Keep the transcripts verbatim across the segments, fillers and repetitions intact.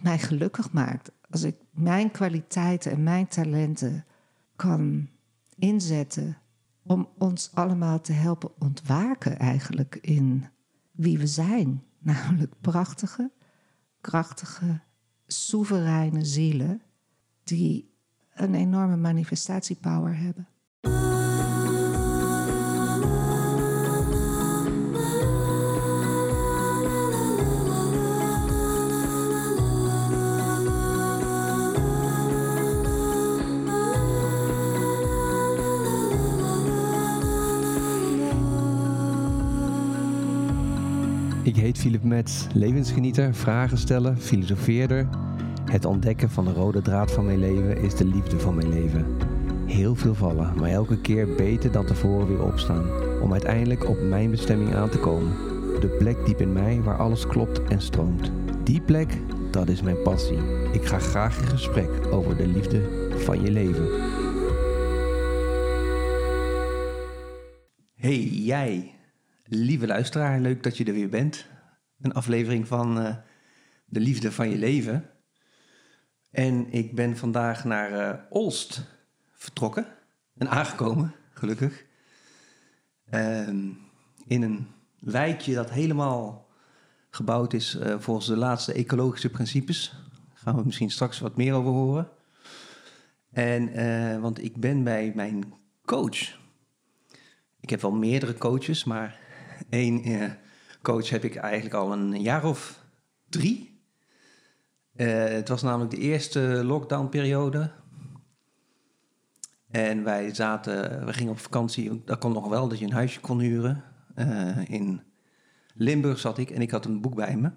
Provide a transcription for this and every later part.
mij gelukkig maakt. Als ik mijn kwaliteiten en mijn talenten kan inzetten om ons allemaal te helpen ontwaken eigenlijk in wie we zijn. Namelijk prachtige, krachtige, soevereine zielen die een enorme manifestatiepower hebben. Ik heet Philip Metz, levensgenieter, vragen stellen, filosofeerder. Het ontdekken van de rode draad van mijn leven is de liefde van mijn leven. Heel veel vallen, maar elke keer beter dan tevoren weer opstaan. Om uiteindelijk op mijn bestemming aan te komen. De plek diep in mij waar alles klopt en stroomt. Die plek, dat is mijn passie. Ik ga graag in gesprek over de liefde van je leven. Hey jij, lieve luisteraar, leuk dat je er weer bent. Een aflevering van uh, de liefde van je leven. En ik ben vandaag naar uh, Olst vertrokken en aangekomen, gelukkig. Um, in een wijkje dat helemaal gebouwd is uh, volgens de laatste ecologische principes. Daar gaan we misschien straks wat meer over horen. En, uh, want ik ben bij mijn coach. Ik heb wel meerdere coaches, maar één uh, coach heb ik eigenlijk al een jaar of drie. Uh, het was namelijk de eerste lockdownperiode. En wij zaten, we gingen op vakantie, dat kon nog wel, dat je een huisje kon huren. Uh, in Limburg zat ik en ik had een boek bij me.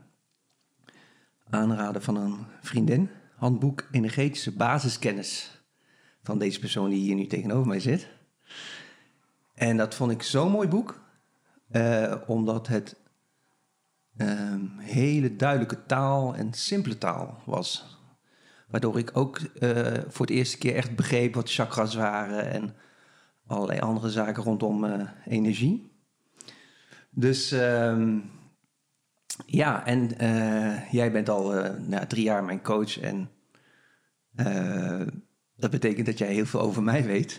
Aanraden van een vriendin. Handboek Energetische Basiskennis. Van deze persoon die hier nu tegenover mij zit. En dat vond ik zo'n mooi boek. Uh, omdat het uh, hele duidelijke taal en simpele taal was. Waardoor ik ook uh, voor het eerste keer echt begreep wat chakras waren en allerlei andere zaken rondom uh, energie. Dus uh, ja, en uh, jij bent al uh, nou, drie jaar mijn coach en uh, dat betekent dat jij heel veel over mij weet.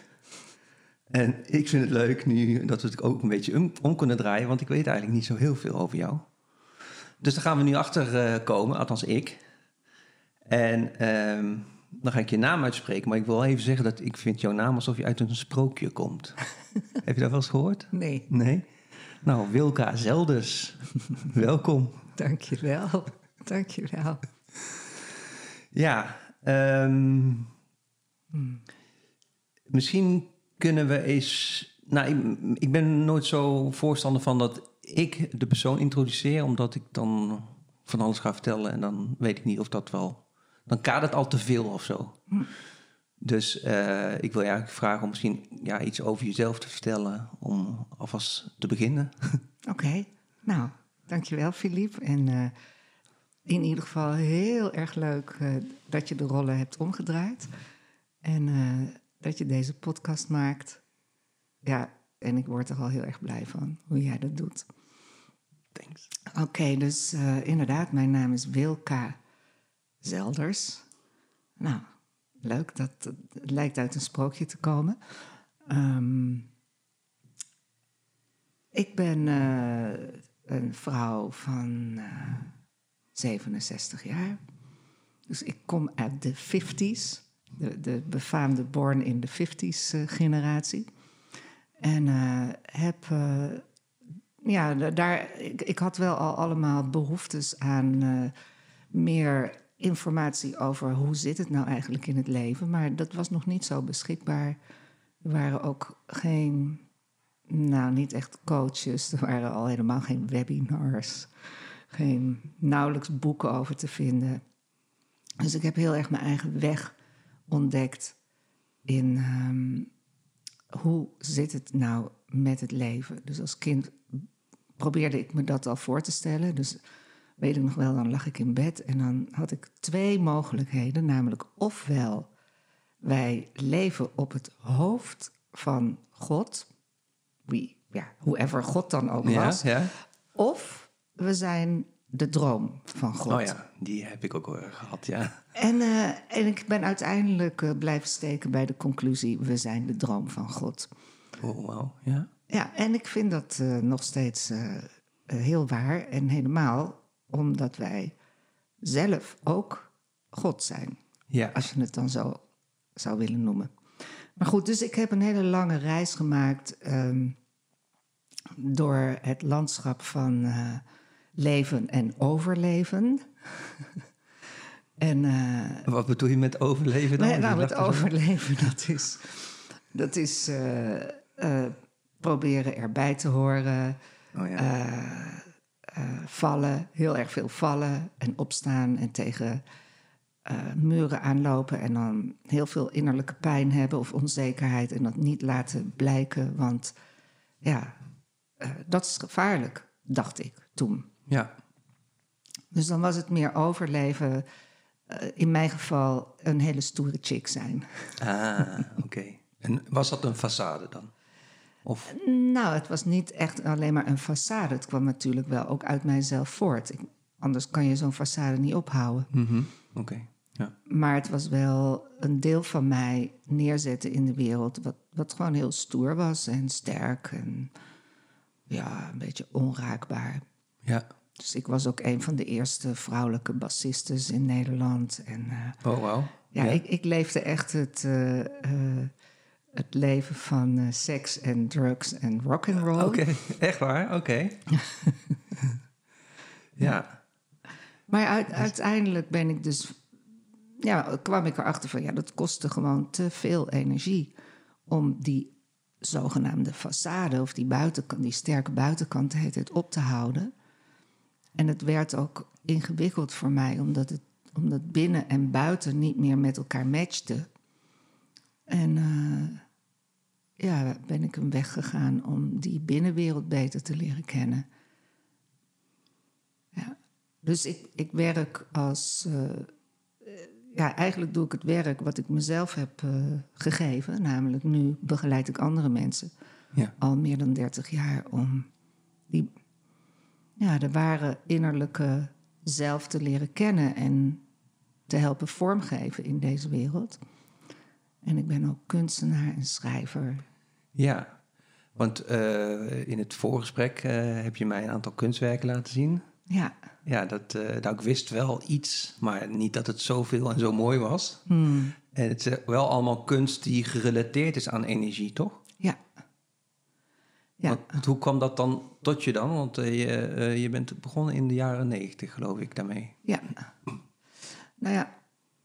En ik vind het leuk nu dat we het ook een beetje om, om kunnen draaien, want ik weet eigenlijk niet zo heel veel over jou. Dus daar gaan we nu achter uh, komen, althans ik. En um, dan ga ik je naam uitspreken, maar ik wil even zeggen dat ik vind jouw naam alsof je uit een sprookje komt. Heb je dat wel eens gehoord? Nee. Nee? Nou, Wilka Zelders, welkom. Dank je wel, dank je wel. Ja, um, hmm. misschien kunnen we eens... Nou, ik, ik ben nooit zo voorstander van dat ik de persoon introduceer, omdat ik dan van alles ga vertellen en dan weet ik niet of dat wel... Dan kadert het al te veel of zo. Hm. Dus uh, ik wil je eigenlijk vragen om misschien ja, iets over jezelf te vertellen, om alvast te beginnen. Oké, okay. Nou, dankjewel Philippe. En uh, in ieder geval heel erg leuk uh, dat je de rollen hebt omgedraaid. En uh, dat je deze podcast maakt. Ja, en ik word er al heel erg blij van, hoe jij dat doet. Thanks. Oké, okay, dus uh, inderdaad, mijn naam is Wilka Zelders. Nou, leuk, dat, het lijkt uit een sprookje te komen. Um, ik ben uh, een vrouw van uh, zevenenzestig jaar. Dus ik kom uit de vijftiger de, de befaamde born in the fifties uh, generatie. En uh, heb... Uh, ja, daar, ik, ik had wel al allemaal behoeftes aan uh, meer informatie over hoe zit het nou eigenlijk in het leven. Maar dat was nog niet zo beschikbaar. Er waren ook geen, nou niet echt coaches. Er waren al helemaal geen webinars. Geen nauwelijks boeken over te vinden. Dus ik heb heel erg mijn eigen weg ontdekt in um, hoe zit het nou met het leven. Dus als kind probeerde ik me dat al voor te stellen. Dus weet ik nog wel, dan lag ik in bed en dan had ik twee mogelijkheden. Namelijk ofwel wij leven op het hoofd van God, wie, ja, whoever God dan ook was. Ja, ja. Of we zijn de droom van God. Oh ja, die heb ik ook wel gehad, ja. En, uh, en ik ben uiteindelijk uh, blijven steken bij de conclusie... we zijn de droom van God. Oh, wauw, ja. Ja, en ik vind dat uh, nog steeds uh, uh, heel waar. En helemaal omdat wij zelf ook God zijn. Ja. Als je het dan zo zou willen noemen. Maar goed, dus ik heb een hele lange reis gemaakt... Um, door het landschap van uh, leven en overleven. en, uh, Wat bedoel je met overleven dan? Nee, nou, met overleven, dat is... dat is uh, uh, proberen erbij te horen... Oh, ja. uh, uh, vallen, heel erg veel vallen en opstaan... en tegen uh, muren aanlopen... en dan heel veel innerlijke pijn hebben of onzekerheid... en dat niet laten blijken, want ja... Uh, dat is gevaarlijk, dacht ik toen. Ja. Dus dan was het meer overleven. Uh, in mijn geval een hele stoere chick zijn. Ah, oké. Okay. En was dat een façade dan? Of? Nou, het was niet echt alleen maar een façade. Het kwam natuurlijk wel ook uit mijzelf voort. Ik, anders kan je zo'n façade niet ophouden. Mm-hmm. Oké, okay. Ja. Maar het was wel een deel van mij neerzetten in de wereld... wat, wat gewoon heel stoer was en sterk en... ja, een beetje onraakbaar. Ja. Dus ik was ook een van de eerste vrouwelijke bassistes in Nederland. En, uh, oh, wauw. Ja, ja. ik, ik leefde echt het, uh, uh, het leven van uh, seks en drugs en rock'n'roll. Oké, okay. Echt waar? Oké. Okay. ja. Maar uit, uiteindelijk ben ik dus... ja, kwam ik erachter van... ja, dat kostte gewoon te veel energie... om die zogenaamde façade of die buitenkant, die sterke buitenkant heet het, op te houden. En het werd ook ingewikkeld voor mij, omdat het omdat binnen en buiten niet meer met elkaar matchte. En uh, ja, ben ik een weg gegaan om die binnenwereld beter te leren kennen. Ja. Dus ik, ik werk als... Uh, Ja, eigenlijk doe ik het werk wat ik mezelf heb uh, gegeven. Namelijk nu begeleid ik andere mensen. Ja. Al meer dan dertig jaar om die, ja, de ware innerlijke zelf te leren kennen... en te helpen vormgeven in deze wereld. En ik ben ook kunstenaar en schrijver. Ja, want uh, in het voorgesprek uh, heb je mij een aantal kunstwerken laten zien... Ja. Ja, dat, uh, nou, ik wist wel iets, maar niet dat het zoveel en zo mooi was. Hmm. En het is wel allemaal kunst die gerelateerd is aan energie, toch? Ja. Ja. Want, want hoe kwam dat dan tot je dan? Want uh, je, uh, je bent begonnen in de jaren negentig, geloof ik, daarmee. Ja. Nou ja...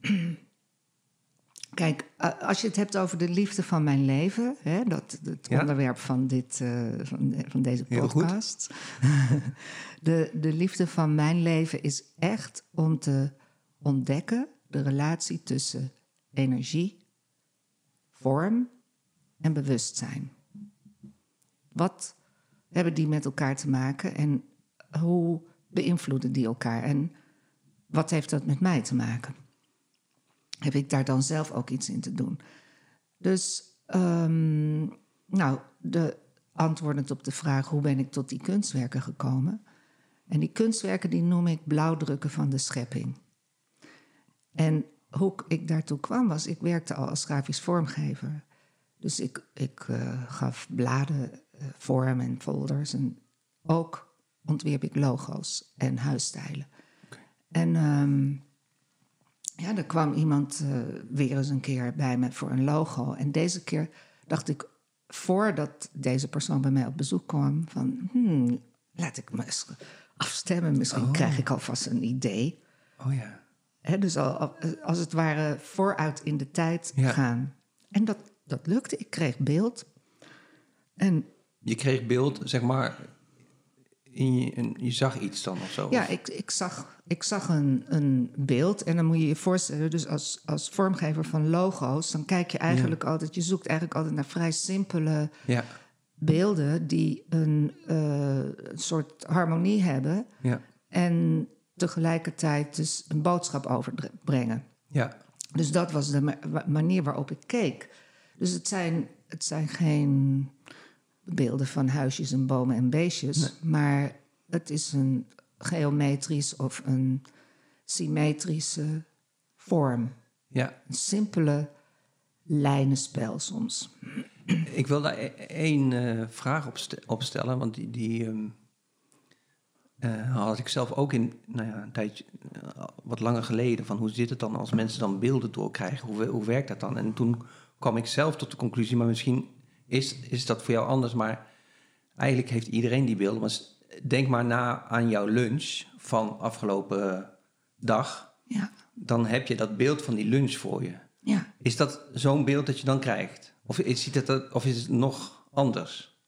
Kijk, als je het hebt over de liefde van mijn leven... Hè, dat het ja? onderwerp van, dit, uh, van, de, van deze podcast... de, de liefde van mijn leven is echt om te ontdekken... de relatie tussen energie, vorm en bewustzijn. Wat hebben die met elkaar te maken en hoe beïnvloeden die elkaar? En wat heeft dat met mij te maken? Heb ik daar dan zelf ook iets in te doen? Dus, um, nou, de, antwoordend op de vraag... hoe ben ik tot die kunstwerken gekomen? En die kunstwerken die noem ik blauwdrukken van de schepping. En hoe ik daartoe kwam was... ik werkte al als grafisch vormgever. Dus ik, ik uh, gaf bladen, uh, vorm en folders. En ook ontwierp ik logo's en huisstijlen. Okay. En... Um, Ja, er kwam iemand uh, weer eens een keer bij me voor een logo. En deze keer dacht ik, voordat deze persoon bij mij op bezoek kwam... van, hmm, laat ik me eens afstemmen. Misschien oh. krijg ik alvast een idee. Oh ja. He, dus al, als het ware vooruit in de tijd ja. gaan. En dat, dat lukte. Ik kreeg beeld. En je kreeg beeld, zeg maar... In je, in, je zag iets dan of zo? Ja, ik, ik zag, ik zag een, een beeld. En dan moet je je voorstellen, dus als, als vormgever van logo's... dan kijk je eigenlijk ja. altijd... je zoekt eigenlijk altijd naar vrij simpele ja. beelden... die een uh, soort harmonie hebben... Ja. en tegelijkertijd dus een boodschap overbrengen. Ja. Dus dat was de ma- manier waarop ik keek. Dus het zijn, het zijn geen... beelden van huisjes en bomen en beestjes. Nee. Maar het is een geometrisch of een symmetrische vorm. Ja. Een simpele lijnenspel soms. Ik wil daar e- één uh, vraag op, st- op stellen, want die, die um, uh, had ik zelf ook in nou ja, een tijdje, uh, wat langer geleden, van hoe zit het dan als mensen dan beelden doorkrijgen, hoe, hoe werkt dat dan? En toen kwam ik zelf tot de conclusie, maar misschien is, is dat voor jou anders, maar eigenlijk heeft iedereen die beelden. Maar denk maar na aan jouw lunch van afgelopen dag, Ja. dan heb je dat beeld van die lunch voor je. Ja. Is dat zo'n beeld dat je dan krijgt? Of is, ziet het, of is het nog anders?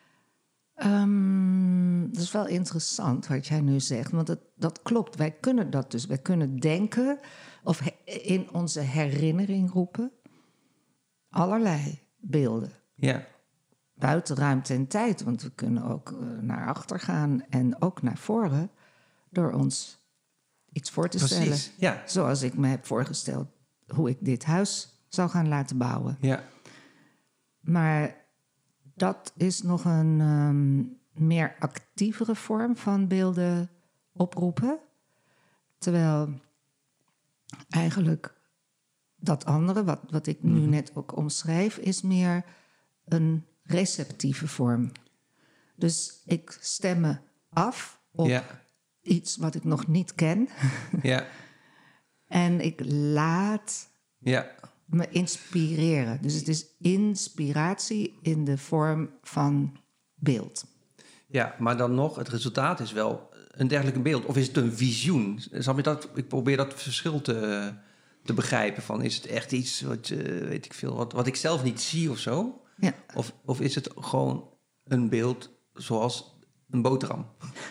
Um, dat is wel interessant wat jij nu zegt. Want dat, dat klopt. Wij kunnen dat dus. Wij kunnen denken of he, in onze herinnering roepen allerlei beelden. Ja. Buiten ruimte en tijd. Want we kunnen ook uh, naar achter gaan en ook naar voren. Door ons iets voor te Precies, stellen. Ja. Zoals ik me heb voorgesteld hoe ik dit huis zou gaan laten bouwen. Ja. Maar dat is nog een um, meer actievere vorm van beelden oproepen. Terwijl eigenlijk dat andere, wat, wat ik nu net ook omschrijf, is meer een receptieve vorm. Dus ik stem me af op Ja. iets wat ik nog niet ken. Ja. En ik laat Ja. me inspireren. Dus het is inspiratie in de vorm van beeld. Ja, maar dan nog, het resultaat is wel een dergelijke beeld. Of is het een visioen? Snap je dat? Ik probeer dat verschil te, te begrijpen. Van, is het echt iets wat, uh, weet ik veel, wat, wat ik zelf niet zie of zo? Ja. Of, of is het gewoon een beeld zoals een boterham?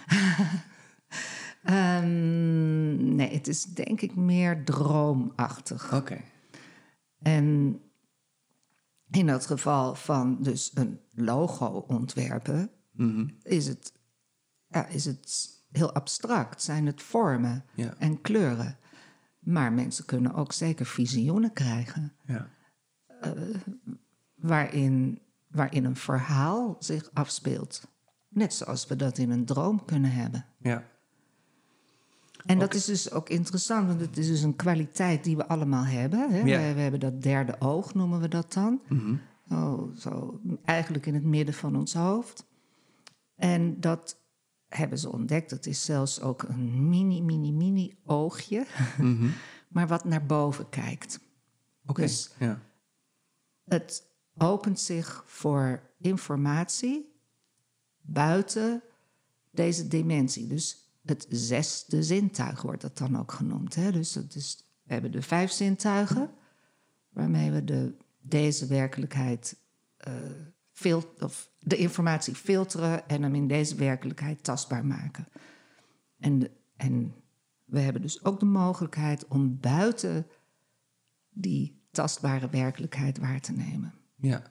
um, nee, het is denk ik meer droomachtig. Oké. Okay. En in dat geval van dus een logo ontwerpen, Mm-hmm. is het, ja, is het heel abstract. Zijn het vormen Ja. en kleuren. Maar mensen kunnen ook zeker visioenen krijgen. Ja. Uh, waarin, waarin een verhaal zich afspeelt. Net zoals we dat in een droom kunnen hebben. Ja. En dat Okay. is dus ook interessant, want het is dus een kwaliteit die we allemaal hebben. Hè? Ja. We, we hebben dat derde oog, noemen we dat dan. Mm-hmm. Oh, zo, eigenlijk in het midden van ons hoofd. En dat hebben ze ontdekt. Dat is zelfs ook een mini, mini, mini oogje. Mm-hmm. Maar wat naar boven kijkt. Oké. Okay. Dus ja. het opent zich voor informatie buiten deze dimensie. Dus het zesde zintuig wordt dat dan ook genoemd. Hè? Dus dat is, we hebben de vijf zintuigen, waarmee we de, deze werkelijkheid uh, fil- of de informatie filteren en hem in deze werkelijkheid tastbaar maken. En, de, en we hebben dus ook de mogelijkheid om buiten die tastbare werkelijkheid waar te nemen. Ja.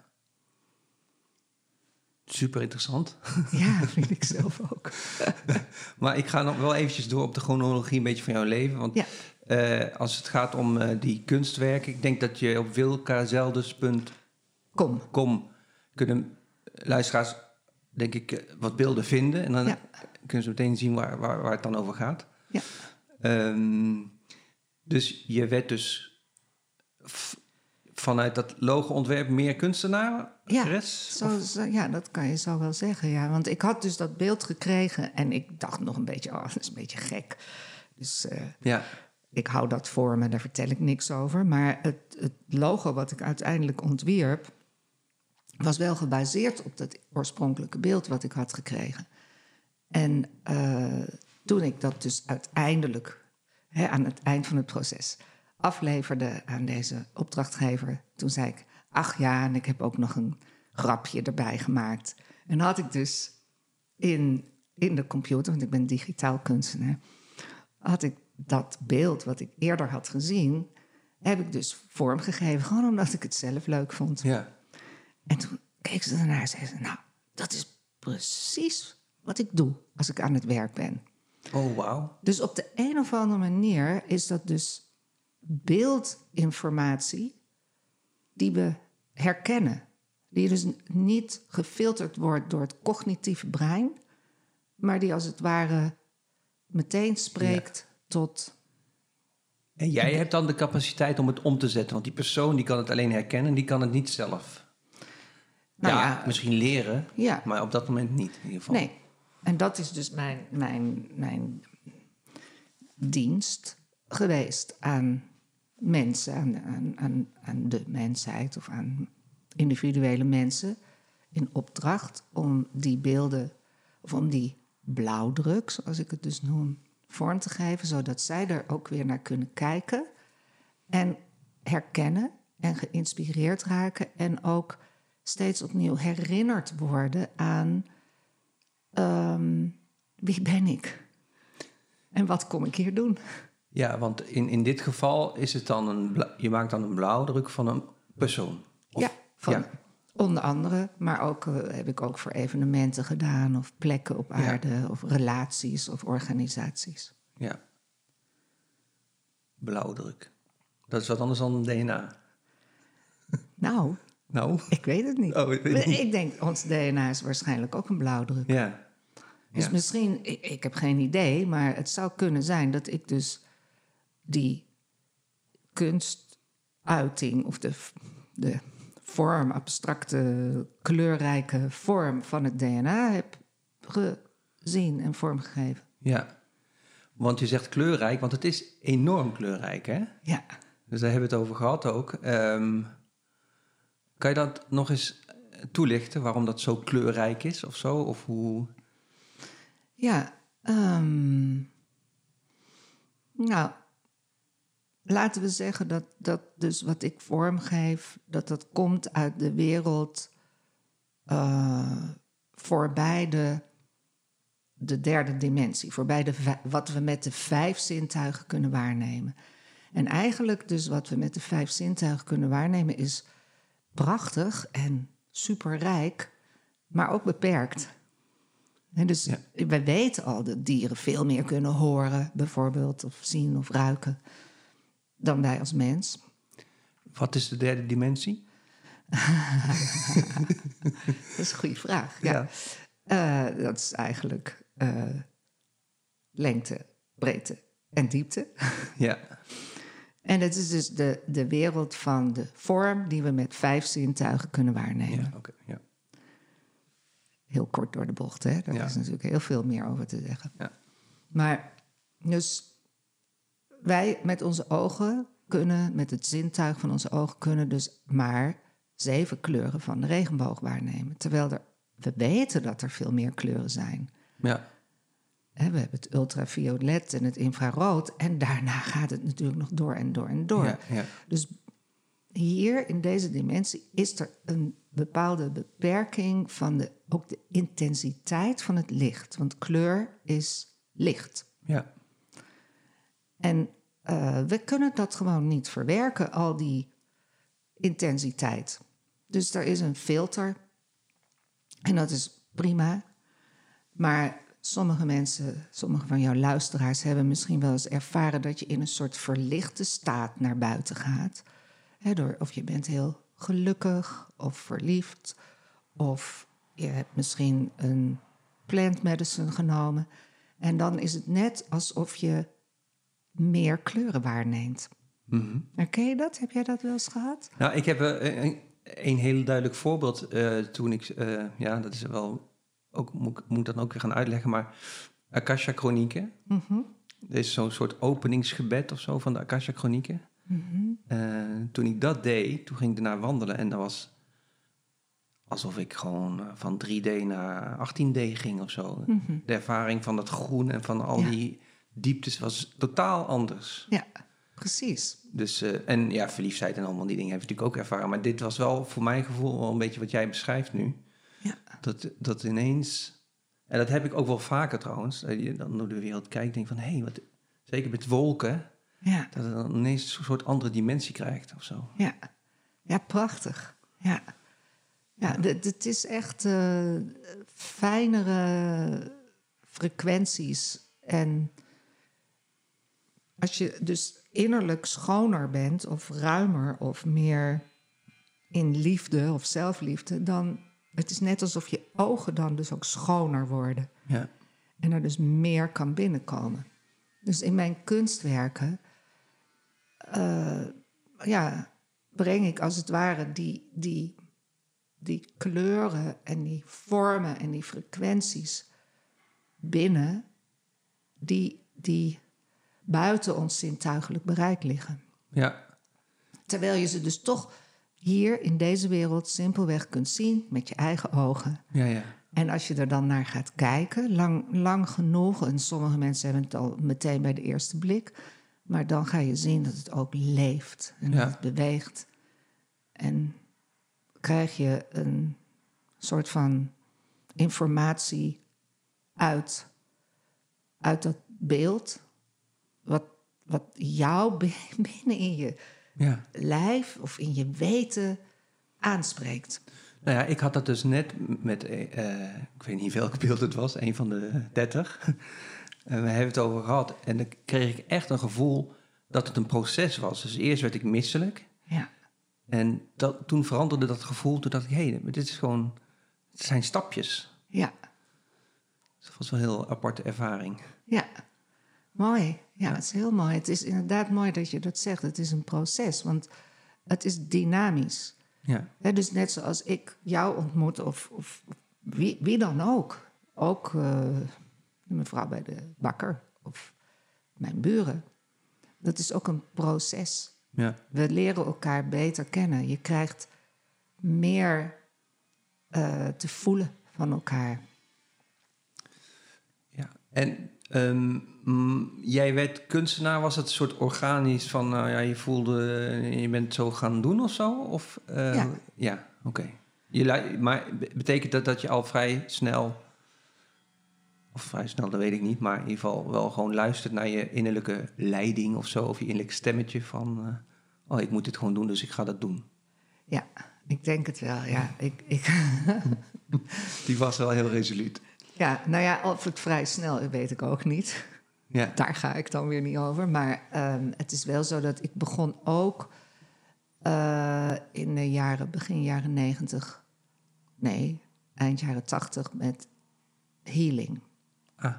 Super interessant. Ja, vind ik zelf ook. Maar ik ga nog wel eventjes door op de chronologie een beetje van jouw leven. Want ja. uh, als het gaat om uh, die kunstwerken, ik denk dat je op wilkazelders punt com kunnen luisteraars, denk ik, uh, wat beelden vinden. En dan ja. kunnen ze meteen zien waar, waar, waar het dan over gaat. Ja. Um, dus je werd dus f- vanuit dat logo-ontwerp meer kunstenaar? Ja, zo, zo, ja, dat kan je zo wel zeggen. Ja. Want ik had dus dat beeld gekregen en ik dacht nog een beetje, oh, dat is een beetje gek. Dus uh, ja. ik hou dat voor me, daar vertel ik niks over. Maar het, het logo wat ik uiteindelijk ontwierp was wel gebaseerd op dat oorspronkelijke beeld wat ik had gekregen. En uh, toen ik dat dus uiteindelijk, hè, aan het eind van het proces, afleverde aan deze opdrachtgever, toen zei ik, ach ja, en ik heb ook nog een grapje erbij gemaakt. En had ik dus in, in de computer, want ik ben digitaal kunstenaar, had ik dat beeld wat ik eerder had gezien, heb ik dus vormgegeven, gewoon omdat ik het zelf leuk vond. Ja. En toen keek ze ernaar en zei ze, nou, dat is precies wat ik doe als ik aan het werk ben. Oh, wauw. Dus op de een of andere manier is dat dus beeldinformatie die we herkennen. Die dus niet gefilterd wordt door het cognitieve brein, maar die als het ware meteen spreekt ja. tot... En jij hebt dan de capaciteit om het om te zetten. Want die persoon die kan het alleen herkennen, die kan het niet zelf. Nou ja, ja, misschien leren, ja. maar op dat moment niet in ieder geval. Nee, en dat is dus mijn, mijn, mijn dienst geweest aan mensen, aan, aan, aan, aan de mensheid of aan individuele mensen in opdracht om die beelden, of om die blauwdruk, zoals ik het dus noem, vorm te geven, zodat zij er ook weer naar kunnen kijken en herkennen en geïnspireerd raken en ook steeds opnieuw herinnerd worden aan um, wie ben ik en wat kom ik hier doen. Ja, want in, in dit geval is het dan een bla- je maakt dan een blauwdruk van een persoon. Of, ja, van, ja, onder andere, maar ook uh, heb ik ook voor evenementen gedaan of plekken op aarde ja. of relaties of organisaties. Ja. Blauwdruk. Dat is wat anders dan een D N A. Nou, nou? ik weet het niet. Oh, ik, weet niet. ik denk, ons D N A is waarschijnlijk ook een blauwdruk. Ja. Dus ja. misschien, ik, ik heb geen idee, maar het zou kunnen zijn dat ik dus die kunstuiting of de, de vorm, abstracte, kleurrijke vorm van het D N A heb gezien en vormgegeven. Ja, want je zegt kleurrijk, want het is enorm kleurrijk, hè? Ja. Dus daar hebben we het over gehad ook. Um, kan je dat nog eens toelichten, waarom dat zo kleurrijk is of zo? Of hoe... Ja, um, nou, laten we zeggen dat, dat dus wat ik vormgeef, dat dat komt uit de wereld uh, voorbij de, de derde dimensie, voorbij de, wat we met de vijf zintuigen kunnen waarnemen. En eigenlijk dus wat we met de vijf zintuigen kunnen waarnemen is prachtig en superrijk, maar ook beperkt. En dus ja. we weten al dat dieren veel meer kunnen horen, bijvoorbeeld, of zien of ruiken, dan wij als mens. Wat is de derde dimensie? Dat is een goede vraag. Ja. Ja. Uh, dat is eigenlijk uh, lengte, breedte en diepte. Ja. En het is dus de, de wereld van de vorm die we met vijf zintuigen kunnen waarnemen. Ja, okay, ja. Heel kort door de bocht, hè? Daar ja. is natuurlijk heel veel meer over te zeggen. Ja. Maar dus wij met onze ogen kunnen, met het zintuig van onze ogen, kunnen dus maar zeven kleuren van de regenboog waarnemen. Terwijl er, we weten dat er veel meer kleuren zijn. Ja. He, we hebben het ultraviolet en het infrarood. En daarna gaat het natuurlijk nog door en door en door. Ja, ja. Dus hier in deze dimensie is er een bepaalde beperking van de, ook de intensiteit van het licht. Want kleur is licht. Ja. En uh, we kunnen dat gewoon niet verwerken, al die intensiteit. Dus er is een filter. En dat is prima. Maar sommige mensen, sommige van jouw luisteraars hebben misschien wel eens ervaren dat je in een soort verlichte staat naar buiten gaat. He, door, of je bent heel gelukkig of verliefd. Of je hebt misschien een plant medicine genomen. En dan is het net alsof je meer kleuren waarneemt. Mm-hmm. Herken je dat? Heb jij dat wel eens gehad? Nou, ik heb uh, een, een heel duidelijk voorbeeld uh, toen ik... Uh, ja, dat is wel... Ook, moet, moet dat ook weer gaan uitleggen, maar Akasha-chronieken. Mm-hmm. Er is zo'n soort openingsgebed of zo van de Akasha-chronieken. Mm-hmm. Uh, toen ik dat deed, toen ging ik daarna wandelen en dat was alsof ik gewoon van drie D naar achttien D ging of zo. Mm-hmm. De ervaring van dat groen en van al ja. die dieptes was totaal anders. Ja, precies. Dus, uh, en ja, verliefdheid en allemaal die dingen heb ik natuurlijk ook ervaren. Maar dit was wel voor mijn gevoel wel een beetje wat jij beschrijft nu. Ja. Dat, dat ineens... En dat heb ik ook wel vaker trouwens. Dat je dan door de wereld kijkt en denkt van... hé, hey, wat, zeker met wolken... Ja. dat het dan ineens een soort andere dimensie krijgt of zo. Ja, ja, prachtig. Ja, ja, het is echt uh, fijnere frequenties. En als je dus innerlijk schoner bent... of ruimer of meer in liefde of zelfliefde... dan... Het is net alsof je ogen dan dus ook schoner worden. Ja. En er dus meer kan binnenkomen. Dus in mijn kunstwerken uh, ja, breng ik als het ware die, die, die kleuren en die vormen en die frequenties binnen die, die buiten ons zintuigelijk bereik liggen. Ja. Terwijl je ze dus toch hier in deze wereld simpelweg kunt zien met je eigen ogen. Ja, ja. En als je er dan naar gaat kijken, lang, lang genoeg... en sommige mensen hebben het al meteen bij de eerste blik... maar dan ga je zien dat het ook leeft en Ja. dat het beweegt. En krijg je een soort van informatie uit, uit dat beeld... wat, wat jou binnen in je Ja. lijf of in je weten aanspreekt. Nou ja, ik had dat dus net met, uh, ik weet niet welk beeld het was, een van de dertig. En we hebben het over gehad. En dan kreeg ik echt een gevoel dat het een proces was. Dus eerst werd ik misselijk. Ja. En dat, toen veranderde dat gevoel. Toen dacht ik, hé, hey, dit is gewoon, het zijn stapjes. Ja. Dus dat was wel een heel aparte ervaring. Ja, mooi. Ja, het is heel mooi. Het is inderdaad mooi dat je dat zegt. Het is een proces, want het is dynamisch. Ja. He, dus net zoals ik jou ontmoet, of, of wie, wie dan ook. Ook uh, mevrouw bij de bakker of mijn buren. Dat is ook een proces. Ja. We leren elkaar beter kennen. Je krijgt meer uh, te voelen van elkaar. Ja. En um, mm, jij werd kunstenaar, was het een soort organisch van, nou ja, je voelde, je bent zo gaan doen of zo? Of, uh, ja. Ja, oké. Okay. Maar betekent dat dat je al vrij snel, of vrij snel, dat weet ik niet, maar in ieder geval wel gewoon luistert naar je innerlijke leiding of zo, of je innerlijke stemmetje van, uh, oh, ik moet dit gewoon doen, dus ik ga dat doen. Ja, ik denk het wel, ja. Ik, ik Die was wel heel resoluut. Ja, nou ja, of het vrij snel, weet ik ook niet. Ja. Daar ga ik dan weer niet over. Maar um, het is wel zo dat ik begon ook uh, in de jaren, begin jaren negentig... nee, eind jaren tachtig met healing. Ah,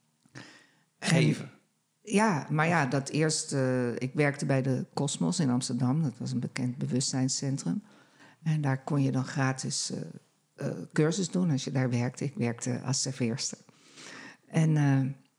geven. En, ja, maar ja, dat eerst... Uh, ik werkte bij de Cosmos in Amsterdam. Dat was een bekend bewustzijnscentrum. En daar kon je dan gratis... Uh, Uh, cursus doen als je daar werkte. Ik werkte als serveerster. En uh,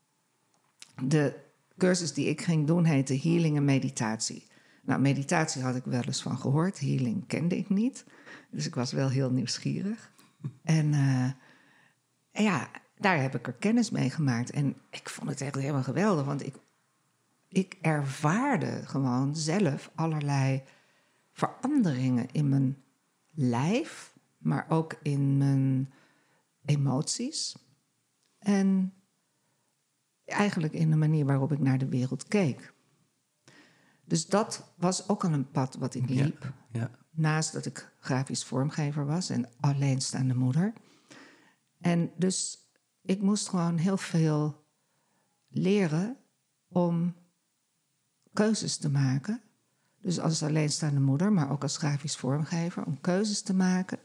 de cursus die ik ging doen heette Healing en Meditatie. Nou, meditatie had ik wel eens van gehoord. Healing kende ik niet. Dus ik was wel heel nieuwsgierig. En, uh, en ja, daar heb ik er kennis mee gemaakt. En ik vond het echt helemaal geweldig. Want ik, ik ervaarde gewoon zelf allerlei veranderingen in mijn lijf... maar ook in mijn emoties. En eigenlijk in de manier waarop ik naar de wereld keek. Dus dat was ook al een pad wat ik liep. Ja, ja. Naast dat ik grafisch vormgever was en alleenstaande moeder. En dus ik moest gewoon heel veel leren om keuzes te maken. Dus als alleenstaande moeder, maar ook als grafisch vormgever... om keuzes te maken...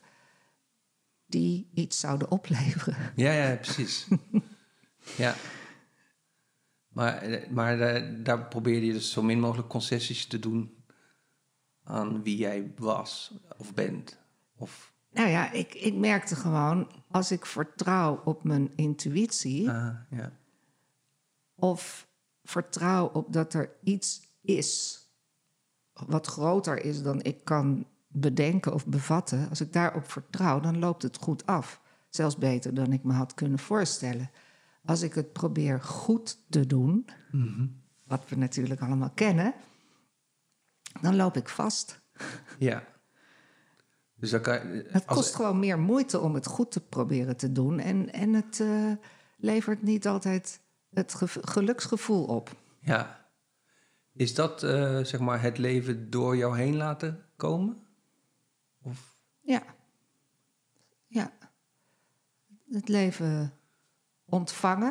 die iets zouden opleveren. Ja, ja, precies. Ja. Maar, maar daar, daar probeerde je dus zo min mogelijk concessies te doen... aan wie jij was of bent. Of... Nou ja, ik, ik merkte gewoon... als ik vertrouw op mijn intuïtie... Ah, ja. of vertrouw op dat er iets is... wat groter is dan ik kan... bedenken of bevatten, als ik daarop vertrouw... dan loopt het goed af. Zelfs beter dan ik me had kunnen voorstellen. Als ik het probeer goed te doen... Mm-hmm. wat we natuurlijk allemaal kennen... dan loop ik vast. Ja. Dus dan kan je, het kost als... gewoon meer moeite om het goed te proberen te doen... en, en het uh, levert niet altijd het ge- geluksgevoel op. Ja. Is dat, uh, zeg maar, het leven door jou heen laten komen? Of? Ja. Ja. Het leven ontvangen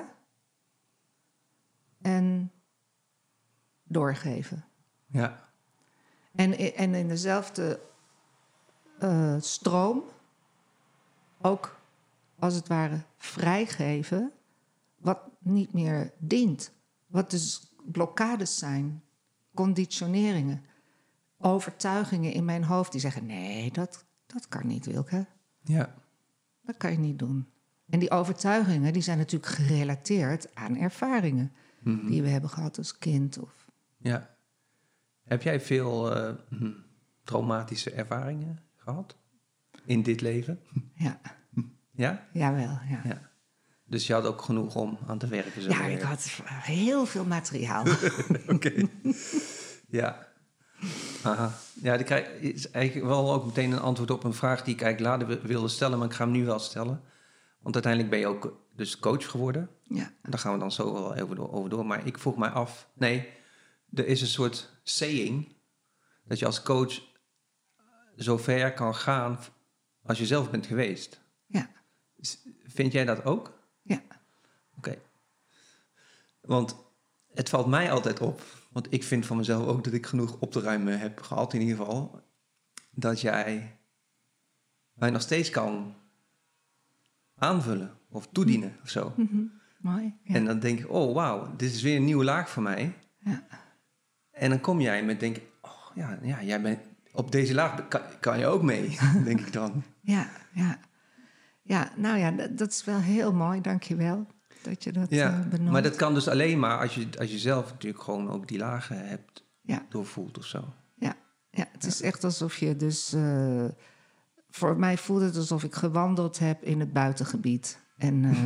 en doorgeven. Ja. En, en in dezelfde uh, stroom ook, als het ware, vrijgeven wat niet meer dient. Wat dus blokkades zijn, conditioneringen, overtuigingen in mijn hoofd die zeggen, nee, dat, dat kan niet, Wilke. Ja. Dat kan je niet doen. En die overtuigingen die zijn natuurlijk gerelateerd aan ervaringen Mm-hmm. die we hebben gehad als kind. Of... Ja. Heb jij veel uh, hm, traumatische ervaringen gehad in dit leven? Ja. Ja? Jawel, ja. Ja. Dus je had ook genoeg om aan te werken? Zo Ja, ik had heel veel materiaal. Oké. Okay. Ja. Aha. Ja, die krijg, is eigenlijk wel ook meteen een antwoord op een vraag die ik eigenlijk later wilde stellen, maar ik ga hem nu wel stellen. Want uiteindelijk ben je ook dus coach geworden. Ja. Daar gaan we dan zo wel over door, over door. Maar ik vroeg mij af, nee, er is een soort saying dat je als coach zo ver kan gaan als je zelf bent geweest. Ja. Vind jij dat ook? Ja. Oké. Okay. Want het valt mij altijd op, want ik vind van mezelf ook dat ik genoeg op te ruimen heb gehad in ieder geval, dat jij mij nog steeds kan aanvullen of toedienen of zo. Mm-hmm. Mooi. Ja. En dan denk ik, oh wauw, dit is weer een nieuwe laag voor mij. Ja. En dan kom jij met denk ik, oh ja, ja jij bent op deze laag kan, kan je ook mee, denk ik dan. Ja, ja. Ja, nou ja, dat, dat is wel heel mooi, dankjewel dat je dat Ja, uh, benoemt. maar dat kan dus alleen maar als je, als je zelf natuurlijk gewoon ook die lagen hebt ja. doorvoeld of zo. Ja, ja het ja. is echt alsof je dus... Uh, voor mij voelt het alsof ik gewandeld heb in het buitengebied. En, uh,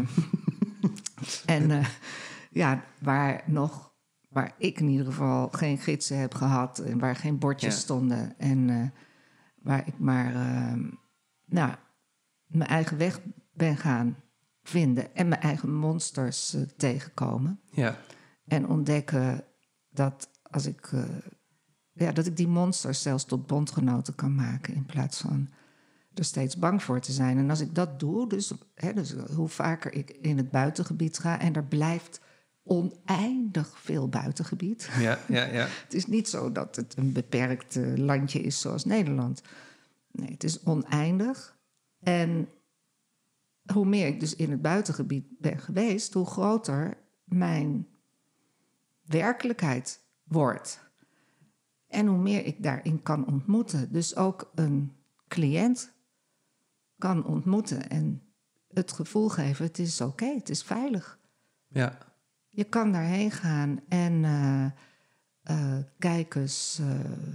en uh, ja, waar nog... waar ik in ieder geval geen gidsen heb gehad... en waar geen bordjes ja. stonden... en uh, waar ik maar uh, nou, mijn eigen weg ben gaan vinden... en mijn eigen monsters uh, tegenkomen. Ja. En ontdekken dat als ik... Uh, ja, dat ik die monsters zelfs tot bondgenoten kan maken... in plaats van er steeds bang voor te zijn. En als ik dat doe, dus, hè, dus hoe vaker ik in het buitengebied ga... en er blijft oneindig veel buitengebied. Ja, ja, ja. Het is niet zo dat het een beperkt uh, landje is zoals Nederland. Nee, het is oneindig. En hoe meer ik dus in het buitengebied ben geweest... hoe groter mijn werkelijkheid wordt. En hoe meer ik daarin kan ontmoeten. Dus ook een cliënt kan ontmoeten en het gevoel geven... het is oké, okay, het is veilig. Ja. Je kan daarheen gaan en uh, uh, kijk eens... Uh,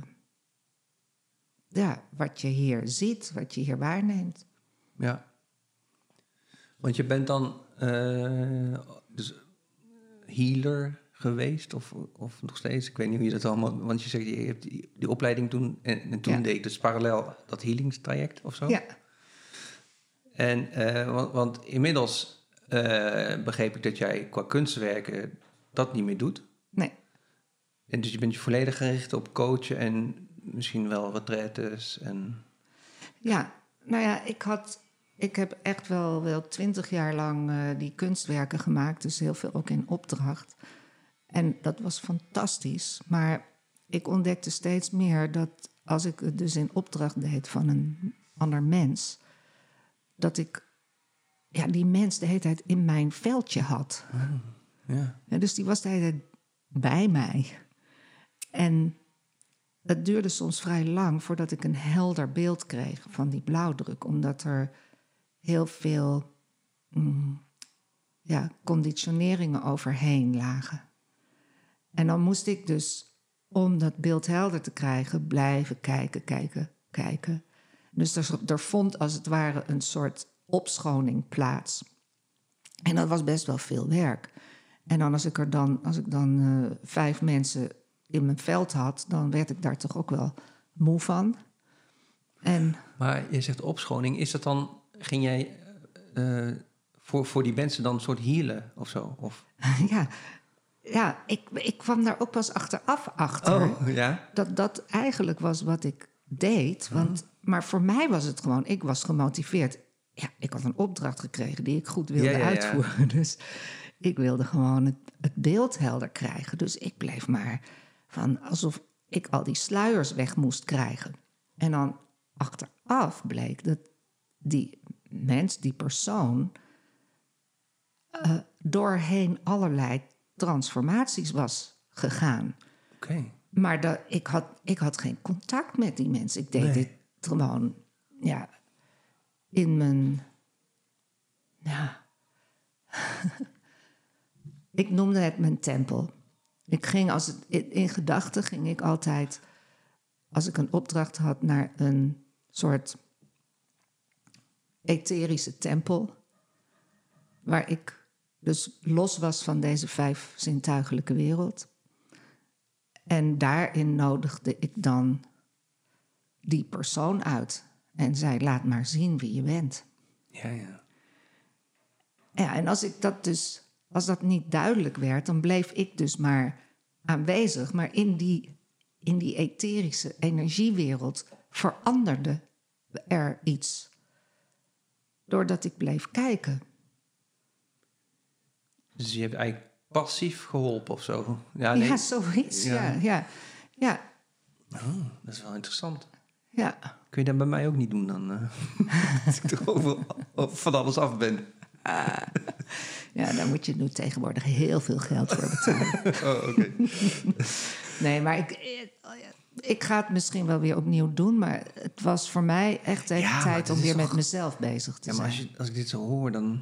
ja, wat je hier ziet, wat je hier waarneemt. Ja. Want je bent dan uh, dus healer geweest of, of nog steeds? Ik weet niet hoe je dat allemaal... Want je zegt, je hebt die, die opleiding toen... en, en toen ja. deed ik dus parallel dat healingstraject of zo? Ja. En, uh, want, want inmiddels uh, begreep ik dat jij qua kunstwerken dat niet meer doet. Nee. En dus je bent je volledig gericht op coachen en misschien wel retraites en... Ja, nou ja, ik had... Ik heb echt wel wel twintig jaar lang uh, die kunstwerken gemaakt. Dus heel veel ook in opdracht. En dat was fantastisch. Maar ik ontdekte steeds meer dat als ik het dus in opdracht deed van een ander mens... dat ik ja, die mens de hele tijd in mijn veldje had. Oh, ja. Ja, dus die was de hele tijd bij mij. En het duurde soms vrij lang voordat ik een helder beeld kreeg van die blauwdruk. Omdat er heel veel mm, ja, conditioneringen overheen lagen. En dan moest ik dus, om dat beeld helder te krijgen, blijven kijken, kijken, kijken. Dus er, er vond als het ware een soort opschoning plaats. En dat was best wel veel werk. En dan als ik er dan, als ik dan uh, vijf mensen in mijn veld had, dan werd ik daar toch ook wel moe van. En, maar je zegt opschoning, is dat dan, ging jij uh, voor, voor die mensen dan een soort healen of zo? Of? ja, ja ik, ik kwam daar ook pas achteraf achter. Oh, ja? Dat dat eigenlijk was wat ik deed. Want, oh. Maar voor mij was het gewoon, ik was gemotiveerd. Ja, ik had een opdracht gekregen die ik goed wilde ja, ja, ja. uitvoeren. Dus ik wilde gewoon het, het beeld helder krijgen. Dus ik bleef maar van alsof ik al die sluiers weg moest krijgen. En dan achteraf bleek dat die mens, die persoon... Uh, doorheen allerlei transformaties was gegaan. Oké. Okay. Maar dat, ik, had, ik had geen contact met die mensen. Ik deed nee. dit gewoon ja, in mijn... Ja, ik noemde het mijn tempel. Ik ging als het, in, in gedachten ging ik altijd, als ik een opdracht had, naar een soort etherische tempel. Waar ik dus los was van deze vijf zintuigelijke wereld. En daarin nodigde ik dan die persoon uit. En zei, laat maar zien wie je bent. Ja, ja. Ja, en als ik dat dus, als dat niet duidelijk werd, dan bleef ik dus maar aanwezig. Maar in die, in die etherische energiewereld veranderde er iets. Doordat ik bleef kijken. Dus je hebt eigenlijk passief geholpen of zo? Ja, nee. ja zoiets, ja. ja, ja, ja. Oh, dat is wel interessant. Ja. Kun je dat bij mij ook niet doen dan? Uh, dat ik er over, over van alles af ben. Ah, ja, daar moet je nu tegenwoordig heel veel geld voor betalen. Oh, oké. Okay. Nee, maar ik, ik ga het misschien wel weer opnieuw doen, maar het was voor mij echt even ja, tijd om weer toch... met mezelf bezig te ja, zijn. Maar als, je, als ik dit zo hoor, dan...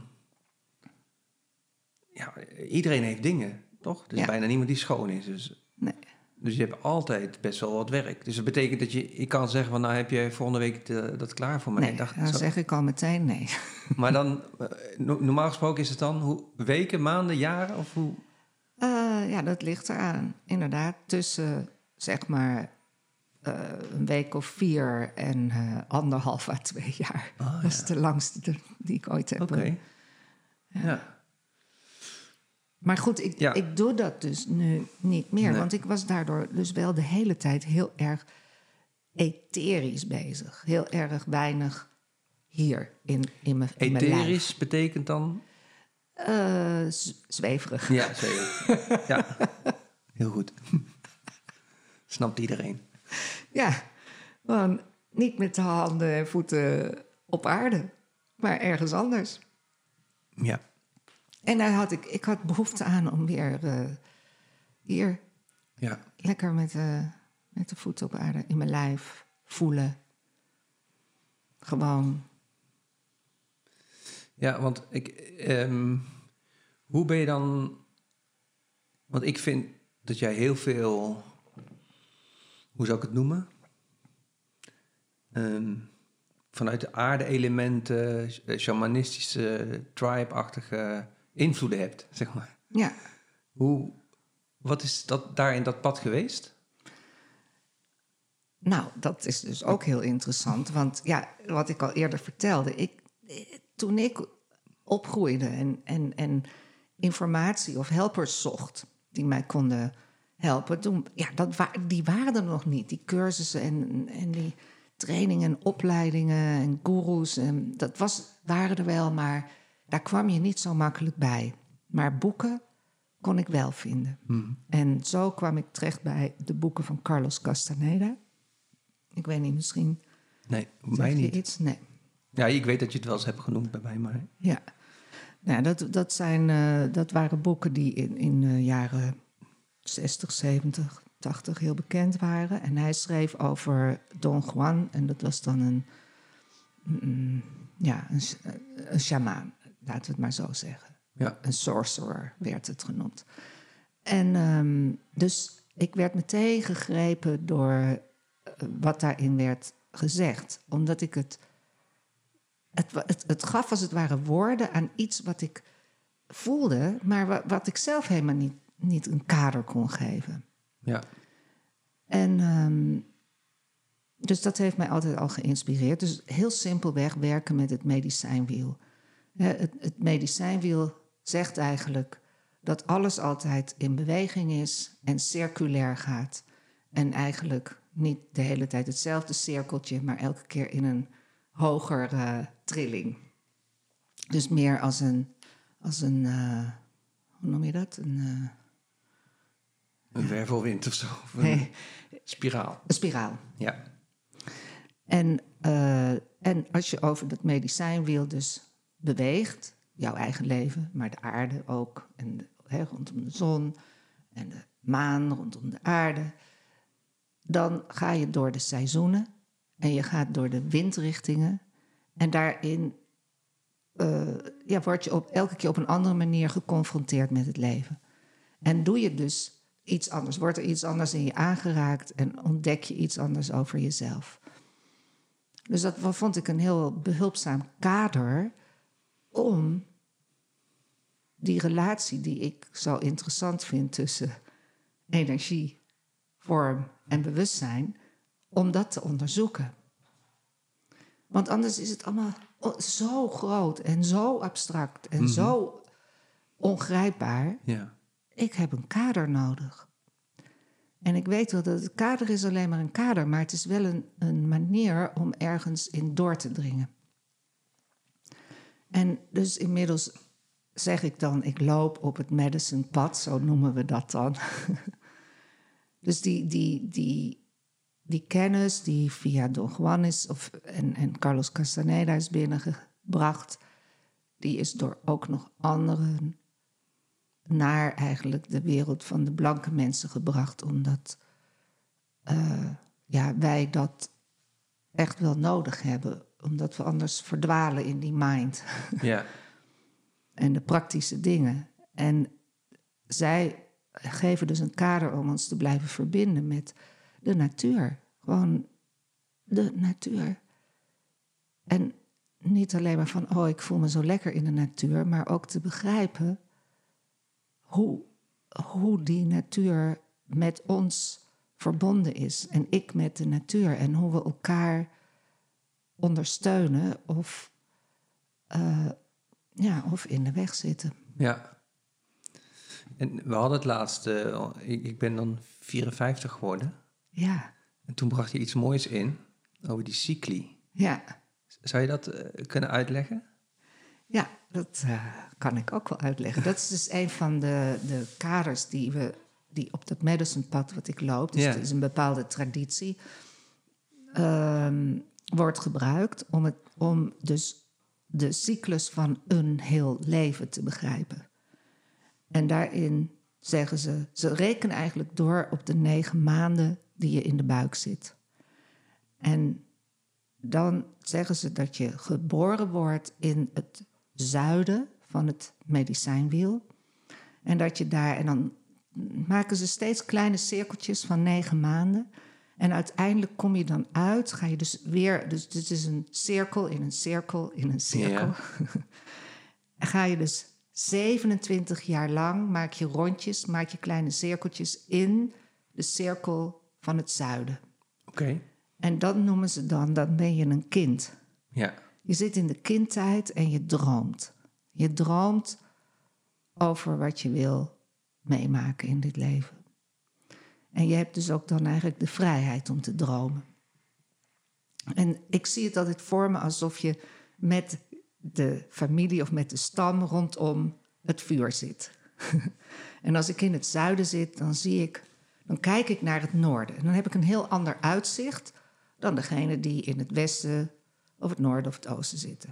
Ja, iedereen heeft dingen, toch? Er is ja. bijna niemand die schoon is. Dus... Nee. Dus je hebt altijd best wel wat werk. Dus dat betekent dat je... Ik kan zeggen van, nou heb je volgende week de, dat klaar voor mij? Nee, dacht, dan zo. zeg ik al meteen nee. Maar dan, normaal gesproken is het dan hoe, weken, maanden, jaren of hoe? Uh, ja, dat ligt eraan. Inderdaad, tussen zeg maar uh, een week of vier en uh, anderhalf à twee jaar. Oh, dat is ja. de langste de, die ik ooit heb. Oké. Okay. Ja. ja. Maar goed, ik, ja. ik doe dat dus nu niet meer. Nee. Want ik was daardoor dus wel de hele tijd heel erg etherisch bezig. Heel erg weinig hier in, in mijn lijf. Etherisch betekent dan? Uh, z- zweverig. Ja, zweverig. Ja, heel goed. Snapt iedereen. Ja, gewoon niet met de handen en voeten op aarde, maar ergens anders. Ja. En daar had ik, ik had behoefte aan om weer uh, hier ja. lekker met, uh, met de voeten op aarde in mijn lijf voelen. Gewoon. Ja, want ik, um, hoe ben je dan... Want ik vind dat jij heel veel... Hoe zou ik het noemen? Um, vanuit de aarde-elementen, shamanistische, tribe-achtige invloeden hebt, zeg maar. Ja. Hoe, wat is dat daar in dat pad geweest? Nou, dat is dus ook heel interessant. Want ja, wat ik al eerder vertelde... Ik, toen ik opgroeide en, en, en informatie of helpers zocht... die mij konden helpen, toen, ja, dat wa- die waren er nog niet. Die cursussen en, en die trainingen en opleidingen en goeroes... En dat was, waren er wel, maar daar kwam je niet zo makkelijk bij. Maar boeken kon ik wel vinden. Hmm. En zo kwam ik terecht bij de boeken van Carlos Castaneda... Ik weet niet, misschien... Nee, mij niet. Iets? Nee. Ja, ik weet dat je het wel eens hebt genoemd bij mij, maar... Ja, nou, dat, dat, zijn, uh, dat waren boeken die in, in de uh, jaren zestig, zeventig, tachtig heel bekend waren. En hij schreef over Don Juan. En dat was dan een... Mm, ja, een, een shamaan, laten we het maar zo zeggen. Ja. Een sorcerer werd het genoemd. En um, dus ik werd meteen gegrepen door... wat daarin werd gezegd. Omdat ik het, het... Het het gaf als het ware woorden aan iets wat ik voelde... maar wat, wat ik zelf helemaal niet, niet een kader kon geven. Ja. En um, dus dat heeft mij altijd al geïnspireerd. Dus heel simpelweg werken met het medicijnwiel. Het, het medicijnwiel zegt eigenlijk... dat alles altijd in beweging is en circulair gaat. En eigenlijk... niet de hele tijd hetzelfde cirkeltje... maar elke keer in een hogere uh, trilling. Dus meer als een... Als een uh, hoe noem je dat? Een, uh, een ja. wervelwind of zo. Of een nee. spiraal. Een spiraal. Ja. En, uh, en als je over dat medicijnwiel dus beweegt... jouw eigen leven, maar de aarde ook. En de, hè, rondom de zon en de maan rondom de aarde. Dan ga je door de seizoenen en je gaat door de windrichtingen. En daarin uh, ja, word je op, elke keer op een andere manier geconfronteerd met het leven. En doe je dus iets anders, wordt er iets anders in je aangeraakt en ontdek je iets anders over jezelf. Dus dat vond ik een heel behulpzaam kader om die relatie die ik zo interessant vind tussen energie, vorm en bewustzijn, om dat te onderzoeken. Want anders is het allemaal zo groot en zo abstract en mm-hmm. zo ongrijpbaar. Ja. Ik heb een kader nodig. En ik weet wel dat het kader is alleen maar een kader, maar het is wel een, een manier om ergens in door te dringen. En dus inmiddels zeg ik dan, ik loop op het medicine pad, zo noemen we dat dan. Dus die, die, die, die kennis die via Don Juan is of, en, en Carlos Castaneda is binnengebracht, die is door ook nog anderen naar eigenlijk de wereld van de blanke mensen gebracht, omdat uh, ja, wij dat echt wel nodig hebben, omdat we anders verdwalen in die mind. Ja. En de praktische dingen. En zij geven dus een kader om ons te blijven verbinden met de natuur. Gewoon de natuur. En niet alleen maar van, oh, ik voel me zo lekker in de natuur, maar ook te begrijpen hoe, hoe die natuur met ons verbonden is. En ik met de natuur. En hoe we elkaar ondersteunen of, uh, ja, of in de weg zitten. Ja. En we hadden het laatst, uh, ik, ik ben dan vierenvijftig geworden. Ja. En toen bracht je iets moois in over die cycli. Ja. Zou je dat uh, kunnen uitleggen? Ja, dat uh, kan ik ook wel uitleggen. Dat is dus een van de, de kaders die, we, die op dat medicine pad wat ik loop, dus yeah. Het is een bepaalde traditie, um, wordt gebruikt om, het, om dus de cyclus van een heel leven te begrijpen. En daarin zeggen ze, ze rekenen eigenlijk door op de negen maanden die je in de buik zit. En dan zeggen ze dat je geboren wordt in het zuiden van het medicijnwiel. En dat je daar, en dan maken ze steeds kleine cirkeltjes van negen maanden. En uiteindelijk kom je dan uit, ga je dus weer, dus het is een cirkel in een cirkel in een cirkel. Ja. En ga je dus zevenentwintig jaar lang, maak je rondjes, maak je kleine cirkeltjes in de cirkel van het zuiden. Oké. Okay. En dat noemen ze dan, dan ben je een kind. Ja. Je zit in de kindtijd en je droomt. Je droomt over wat je wil meemaken in dit leven. En je hebt dus ook dan eigenlijk de vrijheid om te dromen. En ik zie het altijd voor me alsof je met de familie of met de stam rondom het vuur zit. En als ik in het zuiden zit, dan zie ik, dan kijk ik naar het noorden. En dan heb ik een heel ander uitzicht dan degene die in het westen of het noorden of het oosten zitten.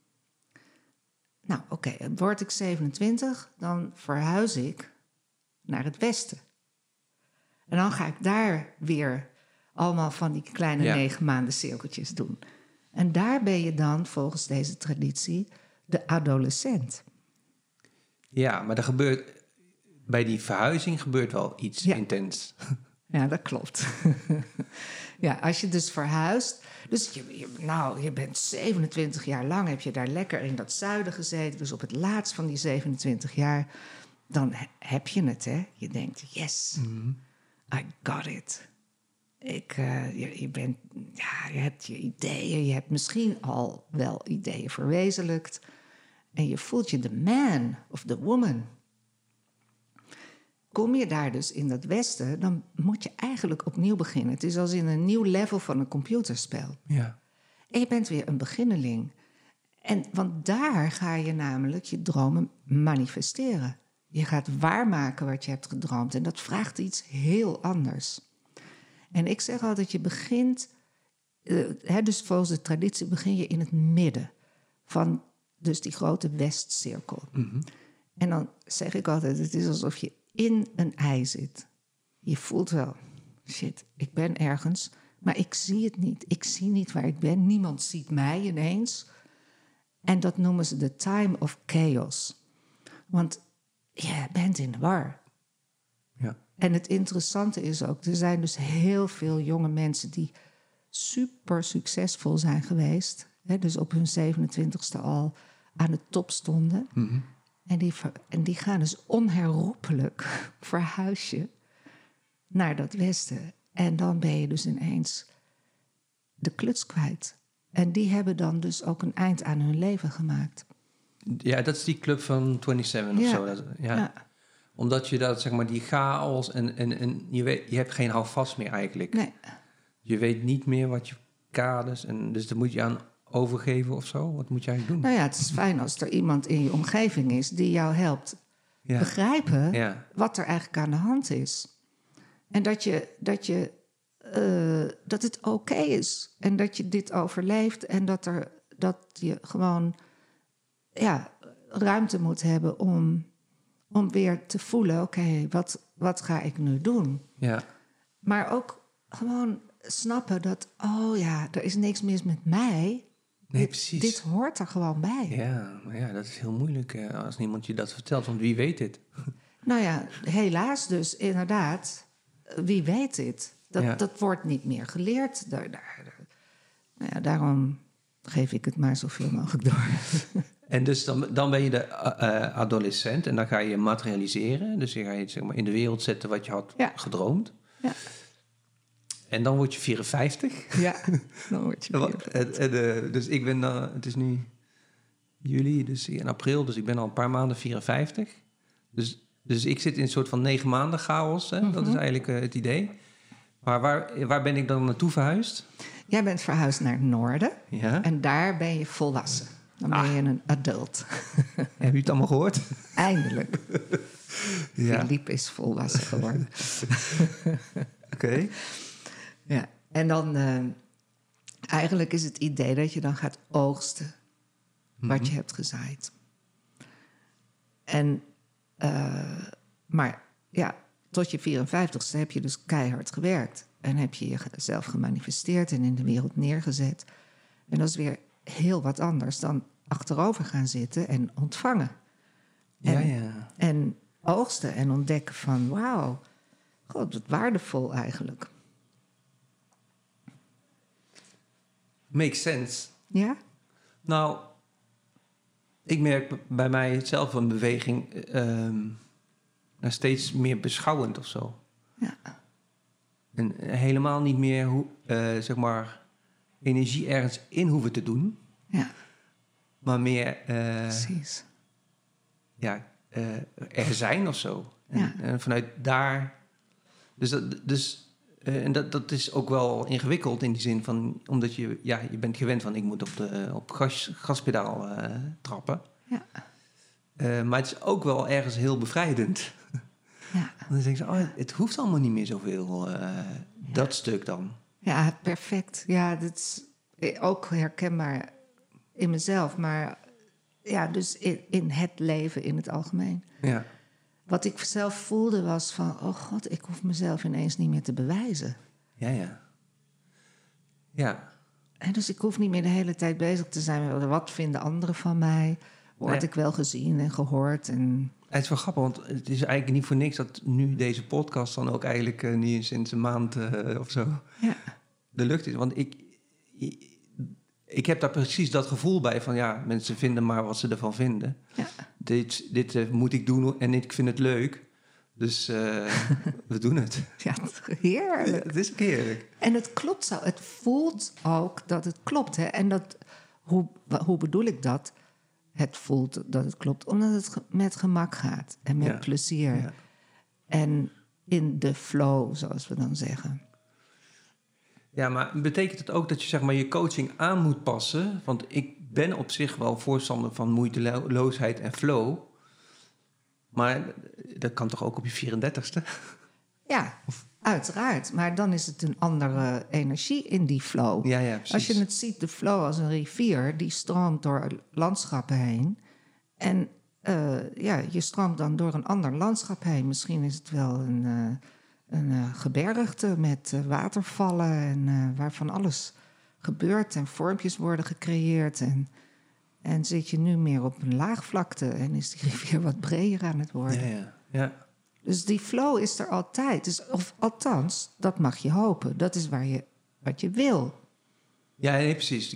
Nou, oké, okay, word ik zevenentwintig, dan verhuis ik naar het westen. En dan ga ik daar weer allemaal van die kleine ja. negen maanden cirkeltjes doen. En daar ben je dan, volgens deze traditie, de adolescent. Ja, maar er gebeurt, bij die verhuizing gebeurt wel iets ja. intens. Ja, dat klopt. Ja, als je dus verhuist. Dus je, je, nou, je bent zevenentwintig jaar lang, heb je daar lekker in dat zuiden gezeten. Dus op het laatst van die zevenentwintig jaar, dan heb je het, hè. Je denkt, yes, mm-hmm. I got it. Ik, uh, je, je, bent, ja, je hebt je ideeën, je hebt misschien al wel ideeën verwezenlijkt. En je voelt je de man of the woman. Kom je daar dus in dat westen, dan moet je eigenlijk opnieuw beginnen. Het is als in een nieuw level van een computerspel. Ja. En je bent weer een beginneling. En, want daar ga je namelijk je dromen manifesteren. Je gaat waarmaken wat je hebt gedroomd. En dat vraagt iets heel anders. En ik zeg altijd, je begint, uh, hè, dus volgens de traditie begin je in het midden van dus die grote Westcirkel. Mm-hmm. En dan zeg ik altijd, het is alsof je in een ei zit. Je voelt wel, shit, ik ben ergens, maar ik zie het niet. Ik zie niet waar ik ben. Niemand ziet mij ineens. En dat noemen ze de time of chaos. Want je bent in de war. Ja. En het interessante is ook, er zijn dus heel veel jonge mensen die super succesvol zijn geweest. Hè, dus op hun zevenentwintigste al aan de top stonden. Mm-hmm. En die, en die gaan dus onherroepelijk verhuisje naar dat Westen. En dan ben je dus ineens de kluts kwijt. En die hebben dan dus ook een eind aan hun leven gemaakt. Ja, dat is die club van zevenentwintig of Ja. zo. Dat, ja. Ja. Omdat je dat, zeg maar, die chaos en, en, en je, weet, je hebt geen houvast meer eigenlijk. Nee. Je weet niet meer wat je kaders en dus daar moet je aan overgeven of zo. Wat moet je eigenlijk doen? Nou ja, het is fijn als er iemand in je omgeving is die jou helpt Ja. begrijpen Ja. wat er eigenlijk aan de hand is. En dat je, dat je uh, dat het oké is. En dat je dit overleeft. En dat, er, dat je gewoon ja, ruimte moet hebben om, om weer te voelen, oké, okay, wat, wat ga ik nu doen? Ja. Maar ook gewoon snappen dat, oh ja, er is niks mis met mij. Nee, dit, precies. Dit hoort er gewoon bij. Ja, maar ja, dat is heel moeilijk eh, als niemand je dat vertelt, want wie weet dit? Nou ja, helaas dus inderdaad, wie weet dit? Dat, Ja. dat wordt niet meer geleerd. Daar, daar, daar. Nou ja, daarom geef ik het maar zoveel mogelijk door. En dus dan, dan ben je de uh, adolescent en dan ga je materialiseren. Dus je ga je zeg maar, in de wereld zetten wat je had Ja. gedroomd. Ja. En dan word je vierenvijftig. Ja, dan word je Wat- en, en, uh, dus ik ben, uh, het is nu juli, dus in april, dus ik ben al een paar maanden vierenvijftig. Dus, dus ik zit in een soort van negen maanden chaos, hè? Mm-hmm. Dat is eigenlijk uh, het idee. Maar waar, waar ben ik dan naartoe verhuisd? Jij bent verhuisd naar het noorden Ja. en daar ben je volwassen. Dan ben Ah. je een adult. Heb je het allemaal gehoord? Eindelijk. Ja. Philippe is volwassen geworden. Oké. Okay. Ja, en dan uh, eigenlijk is het idee dat je dan gaat oogsten Mm-hmm. wat je hebt gezaaid. En, uh, maar ja, tot je vierenvijftigste heb je dus keihard gewerkt. En heb je jezelf gemanifesteerd en in de wereld neergezet. En dat is weer heel wat anders dan achterover gaan zitten en ontvangen. Ja, En, ja. en oogsten en ontdekken van wauw, god, wat waardevol eigenlijk. Makes sense. Ja? Nou, ik merk bij mij zelf een beweging um, naar steeds meer beschouwend of zo. Ja. En helemaal niet meer hoe, uh, zeg maar, energie ergens in hoeven te doen. Ja, Maar meer uh, precies. ja, uh, er zijn of zo. En, Ja. en vanuit daar. Dus, dat, dus uh, en dat, dat is ook wel ingewikkeld in die zin van, omdat je, ja, je bent gewend van ik moet op de op gas, gaspedaal uh, trappen. Ja. Uh, maar het is ook wel ergens heel bevrijdend. Ja. Dan denk je, oh, het hoeft allemaal niet meer zoveel, uh, ja. dat stuk dan. Ja, perfect. Ja, dat is ook herkenbaar in mezelf. Maar ja, dus in, in het leven in het algemeen. Ja. Wat ik zelf voelde was van, oh god, ik hoef mezelf ineens niet meer te bewijzen. Ja, ja. Ja. En dus ik hoef niet meer de hele tijd bezig te zijn met wat vinden anderen van mij. Word Nee. ik wel gezien en gehoord en... Het is wel grappig, want het is eigenlijk niet voor niks dat nu deze podcast dan ook eigenlijk uh, niet sinds een maand uh, of zo Ja. de lucht is. Want ik, ik heb daar precies dat gevoel bij van ja, mensen vinden maar wat ze ervan vinden. Ja. Dit, dit uh, moet ik doen en ik vind het leuk. Dus uh, we doen het. Ja, heerlijk. Het is ook heerlijk. En het klopt zo. Het voelt ook dat het klopt. Hè? En dat, hoe, hoe bedoel ik dat? Het voelt dat het klopt. Omdat het ge- met gemak gaat. En met Ja. plezier. Ja. En in de flow, zoals we dan zeggen. Ja, maar betekent het ook dat je zeg maar je coaching aan moet passen? Want ik ben op zich wel voorstander van moeiteloosheid en flow. Maar dat kan toch ook op je vierendertigste? Ja, Uiteraard, maar dan is het een andere energie in die flow. Ja, ja, precies. Als je het ziet, de flow als een rivier, die stroomt door landschappen heen. En uh, ja, je stroomt dan door een ander landschap heen. Misschien is het wel een, uh, een uh, gebergte met uh, watervallen en uh, waarvan alles gebeurt en vormpjes worden gecreëerd. En, en zit je nu meer op een laagvlakte en is die rivier wat breder aan het worden. Ja, ja, ja. Dus die flow is er altijd. Dus, of althans, dat mag je hopen. Dat is waar je, wat je wil. Ja, nee, precies.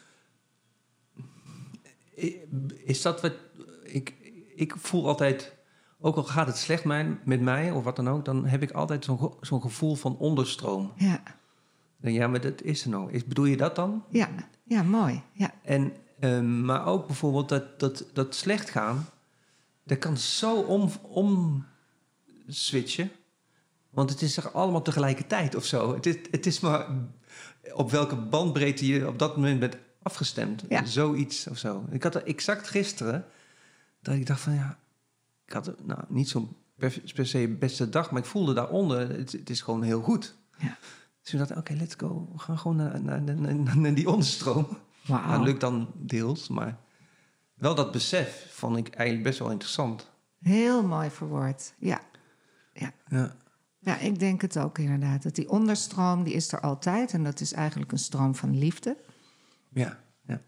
Is dat wat... Ik, ik voel altijd... Ook al gaat het slecht met mij of wat dan ook... dan heb ik altijd zo'n, zo'n gevoel van onderstroom. Ja. Ja, maar dat is er nou. Is, bedoel je dat dan? Ja, ja, mooi. Ja. En, um, maar ook bijvoorbeeld dat, dat, dat slecht gaan... dat kan zo om... om switchen. Want het is er allemaal tegelijkertijd of zo. Het is, het is maar op welke bandbreedte je op dat moment bent afgestemd. Ja. Zoiets of zo. Ik had er exact gisteren... dat ik dacht van ja... ik had nou, niet zo'n per, per se beste dag... maar ik voelde daaronder... het, het is gewoon heel goed. Ja. Dus ik dacht, oké, okay, let's go. We gaan gewoon naar, naar, naar, naar, naar die onderstroom. Wow. Nou, dat lukt dan deels, maar... wel dat besef vond ik eigenlijk best wel interessant. Heel mooi verwoord, ja. Ja. Ja. Ja, ik denk het ook inderdaad. Dat die onderstroom, die is er altijd. En dat is eigenlijk een stroom van liefde. Ja, ja.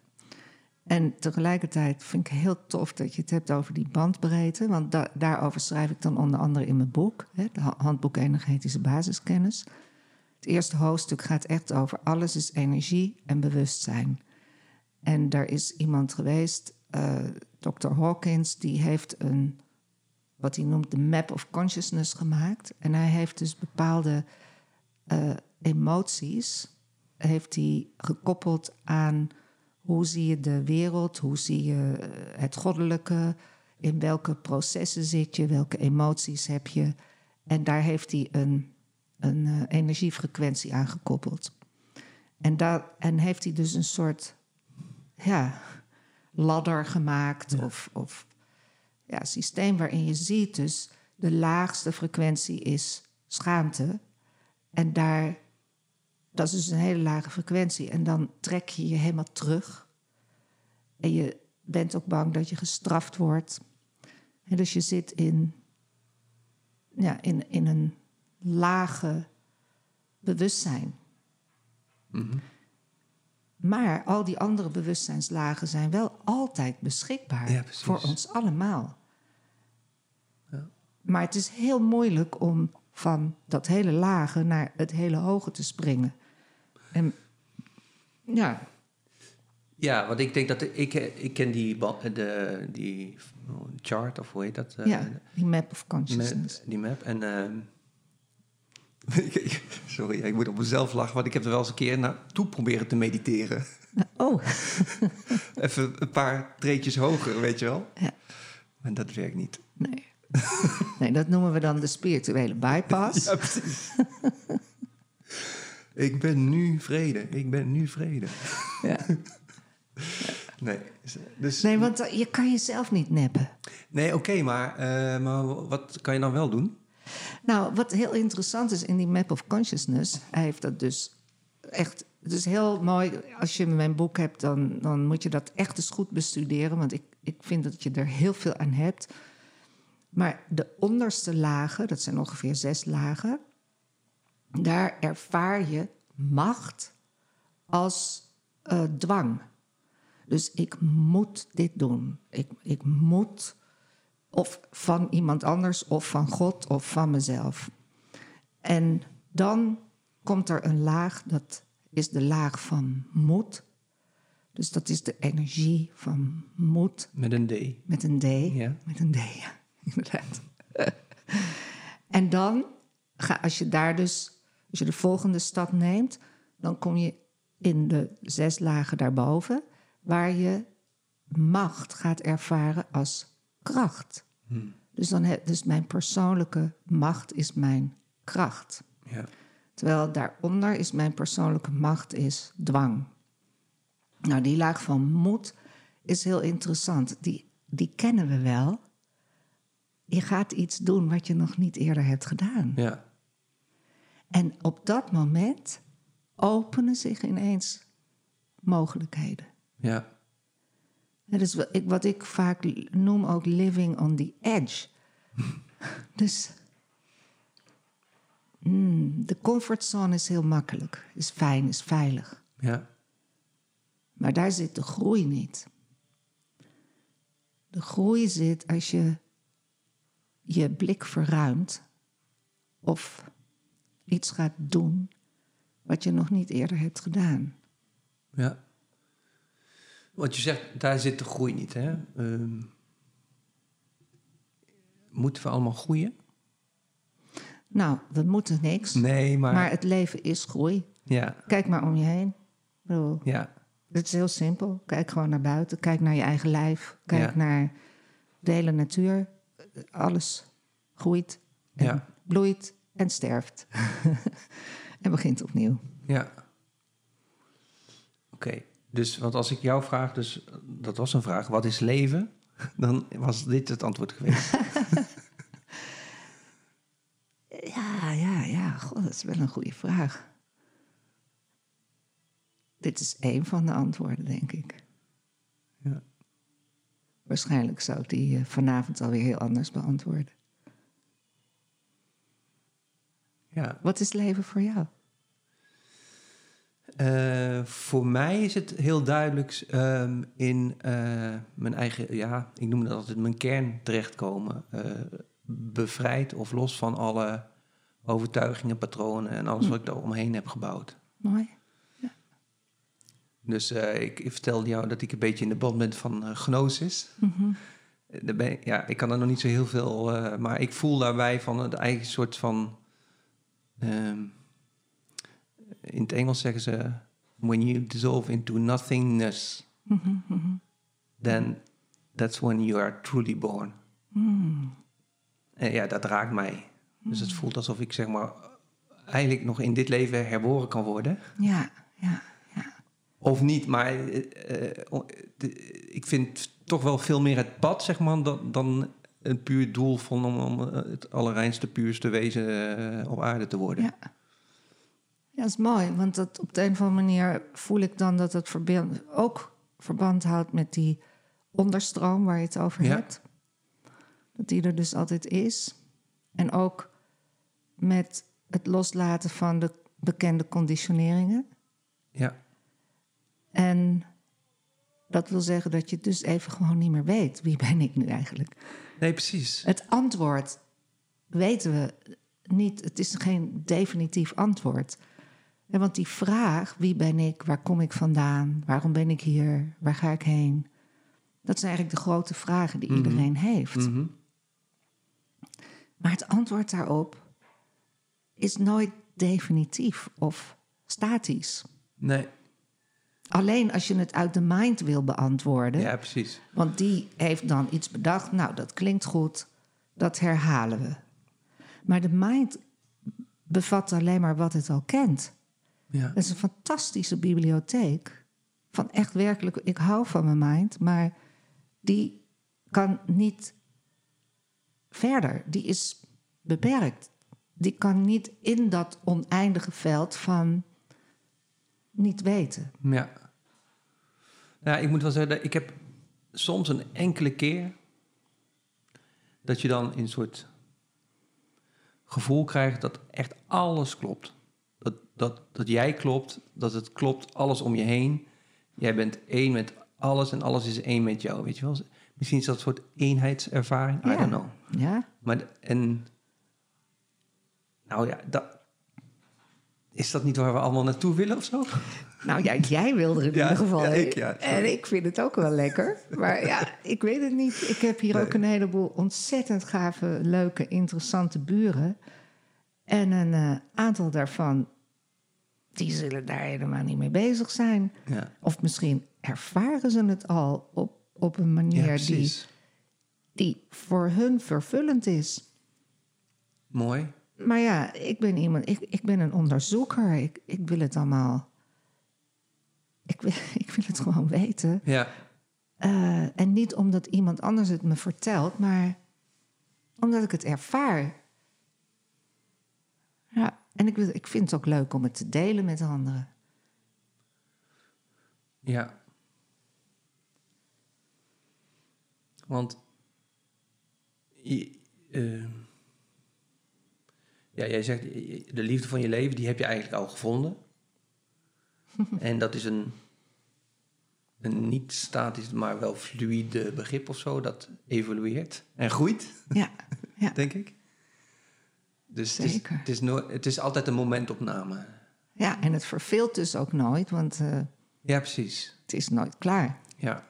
En tegelijkertijd vind ik heel tof dat je het hebt over die bandbreedte. Want da- daarover schrijf ik dan onder andere in mijn boek. Hè, de Handboek Energetische Basiskennis. Het eerste hoofdstuk gaat echt over alles is energie en bewustzijn. En daar is iemand geweest, uh, dokter Hawkins, die heeft een... wat hij noemt de map of consciousness gemaakt. En hij heeft dus bepaalde uh, emoties... heeft hij gekoppeld aan hoe zie je de wereld... hoe zie je het goddelijke... in welke processen zit je, welke emoties heb je. En daar heeft hij een, een uh, energiefrequentie aan gekoppeld. En, daar, en heeft hij dus een soort ja, ladder gemaakt... Ja. of... of Ja, systeem waarin je ziet dus de laagste frequentie is schaamte. En daar, dat is dus een hele lage frequentie. En dan trek je je helemaal terug. En je bent ook bang dat je gestraft wordt. En dus je zit in, ja, in, in een lage bewustzijn. Mm-hmm. Maar al die andere bewustzijnslagen zijn wel altijd beschikbaar Ja, voor ons allemaal. Ja. Maar het is heel moeilijk om van dat hele lage naar het hele hoge te springen. En ja. Ja, want ik denk dat... De, ik, ik ken die, de, die chart, of hoe heet dat? Ja, die map of consciousness. Map, die map. En... Uh, sorry, ik moet op mezelf lachen, want ik heb er wel eens een keer naartoe proberen te mediteren. Oh. Even een paar treetjes hoger, weet je wel. Ja. Maar dat werkt niet. Nee. Nee, dat noemen we dan de spirituele bypass. Ja, precies. Ik ben nu vrede, ik ben nu vrede. Ja. Nee, dus, nee, want je kan jezelf niet neppen. Nee, oké, okay, maar, uh, maar wat kan je dan wel doen? Nou, wat heel interessant is in die map of consciousness... hij heeft dat dus echt... Het is heel mooi, als je mijn boek hebt... dan, dan moet je dat echt eens goed bestuderen... want ik, ik vind dat je er heel veel aan hebt. Maar de onderste lagen, dat zijn ongeveer zes lagen... daar ervaar je macht als uh, dwang. Dus ik moet dit doen. Ik, ik moet... of van iemand anders, of van God, of van mezelf. En dan komt er een laag, dat is de laag van moed. Dus dat is de energie van moed. Met een D. Met een D, Ja. Met een D, ja, inderdaad. En dan, ga, als je daar dus, als je de volgende stap neemt... dan kom je in de zes lagen daarboven... waar je macht gaat ervaren als kracht. Hmm. Dus, dan he, dus mijn persoonlijke macht is mijn kracht. Ja. Terwijl daaronder is mijn persoonlijke macht is dwang. Nou, die laag van moed is heel interessant. Die, die kennen we wel. Je gaat iets doen wat je nog niet eerder hebt gedaan. Ja. En op dat moment openen zich ineens mogelijkheden. Ja. Dat is wat ik, wat ik vaak noem ook living on the edge. Dus mm, de comfortzone is heel makkelijk. Is fijn, is veilig. Ja. Maar daar zit de groei niet. De groei zit als je je blik verruimt of iets gaat doen wat je nog niet eerder hebt gedaan. Ja. Want je zegt, daar zit de groei niet, hè? Um, moeten we allemaal groeien? Nou, we moeten niks. Nee, maar... Maar het leven is groei. Ja. Kijk maar om je heen. Ik bedoel, Ja. het is heel simpel. Kijk gewoon naar buiten. Kijk naar je eigen lijf. Kijk Ja. naar de hele natuur. Alles groeit en Ja. bloeit en sterft. En begint opnieuw. Ja. Oké. Okay. Dus, want als ik jou vraag, dus dat was een vraag, wat is leven? Dan was dit het antwoord geweest. Ja, ja, ja. God, dat is wel een goede vraag. Dit is één van de antwoorden, denk ik. Ja. Waarschijnlijk zou ik die uh, vanavond alweer heel anders beantwoorden. Ja. Wat is leven voor jou? Uh, voor mij is het heel duidelijk um, in uh, mijn eigen, ja, ik noem dat altijd mijn kern terechtkomen. Uh, bevrijd of los van alle overtuigingen, patronen en alles hm. wat ik daar omheen heb gebouwd. Mooi. Ja. Dus uh, ik, ik vertelde jou dat ik een beetje in de band ben van uh, gnosis. Mm-hmm. Daar ben ik, ja, ik kan er nog niet zo heel veel, uh, maar ik voel daarbij van het eigen soort van... Um, in het Engels zeggen ze... When you dissolve into nothingness... Mm-hmm, mm-hmm. Then that's when you are truly born. Mm. En ja, dat raakt mij. Mm. Dus het voelt alsof ik zeg maar... eigenlijk nog in dit leven herboren kan worden. Ja, ja, ja. Of niet, maar... Uh, uh, de, ik vind toch wel veel meer het pad, zeg maar... dan, dan een puur doel van om, om het allerreinste, puurste wezen uh, op aarde te worden. Ja. Ja, dat is mooi, want dat op de een of andere manier voel ik dan dat het verband, ook verband houdt met die onderstroom waar je het over ja. hebt. Dat die er dus altijd is. En ook met het loslaten van de bekende conditioneringen. Ja. En dat wil zeggen dat je dus even gewoon niet meer weet. Wie ben ik nu eigenlijk? Nee, precies. Het antwoord weten we niet. Het is geen definitief antwoord. Ja, want die vraag, wie ben ik, waar kom ik vandaan, waarom ben ik hier, waar ga ik heen? Dat zijn eigenlijk de grote vragen die mm-hmm. iedereen heeft. Mm-hmm. Maar het antwoord daarop is nooit definitief of statisch. Nee. Alleen als je het uit de mind wil beantwoorden. Ja, precies. Want die heeft dan iets bedacht. Nou, dat klinkt goed. Dat herhalen we. Maar de mind bevat alleen maar wat het al kent. Ja. Dat is een fantastische bibliotheek. Van echt werkelijk, ik hou van mijn mind. Maar die kan niet verder. Die is beperkt. Die kan niet in dat oneindige veld van niet weten. Ja. Ja, ik moet wel zeggen, ik heb soms een enkele keer dat je dan in een soort gevoel krijgt dat echt alles klopt. Dat, dat, dat jij klopt, dat het klopt, alles om je heen. Jij bent één met alles en alles is één met jou, weet je wel. Misschien is dat een soort eenheidservaring, Ja. I don't know. Ja. Maar, en, nou ja, dat, is dat niet waar we allemaal naartoe willen of zo? Nou ja, jij wilde er in Ja, ieder geval ja, heen. ik, ja, en ik vind het ook wel lekker. Maar ja, ik weet het niet. Ik heb hier Nee. ook een heleboel ontzettend gave, leuke, interessante buren. En een uh, aantal daarvan, die zullen daar helemaal niet mee bezig zijn. Ja. Of misschien ervaren ze het al op, op een Ja, manier die, precies. die voor hun vervullend is. Mooi. Maar ja, ik ben iemand, ik, ik ben een onderzoeker. Ik, ik wil het allemaal. Ik wil, ik wil het gewoon weten. Ja. Uh, en niet omdat iemand anders het me vertelt, maar omdat ik het ervaar. Ja, En ik, ik vind het ook leuk om het te delen met anderen. Ja. Want... Je, uh, ja, jij zegt, de liefde van je leven, die heb je eigenlijk al gevonden. En dat is een, een niet statisch, maar wel fluïde begrip of zo, dat evolueert en groeit, ja, ja. denk ik. Dus het is, het, is no- het is altijd een momentopname. Ja, en het verveelt dus ook nooit, want uh, ja, precies. Het is nooit klaar. Ja.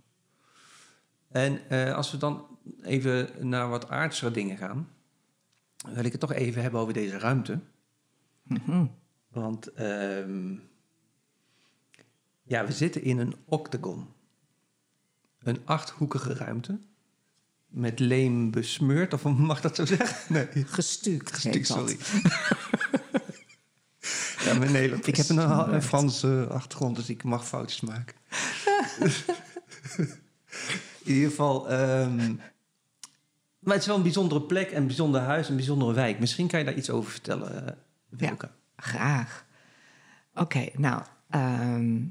En uh, als we dan even naar wat aardsere dingen gaan, wil ik het toch even hebben over deze ruimte. Mm-hmm. Want uh, ja, we zitten in een octagon. Een achthoekige ruimte. Met leem besmeurd, of mag dat zo zeggen? Nee. Gestuukt. Gestuukt, sorry. ja, mijn Nederland. Ik heb een, een Franse achtergrond, dus ik mag foutjes maken. In ieder geval... Um, maar het is wel een bijzondere plek, een bijzonder huis, een bijzondere wijk. Misschien kan je daar iets over vertellen, uh, Wilke. Ja, graag. Oké, okay, nou... Um,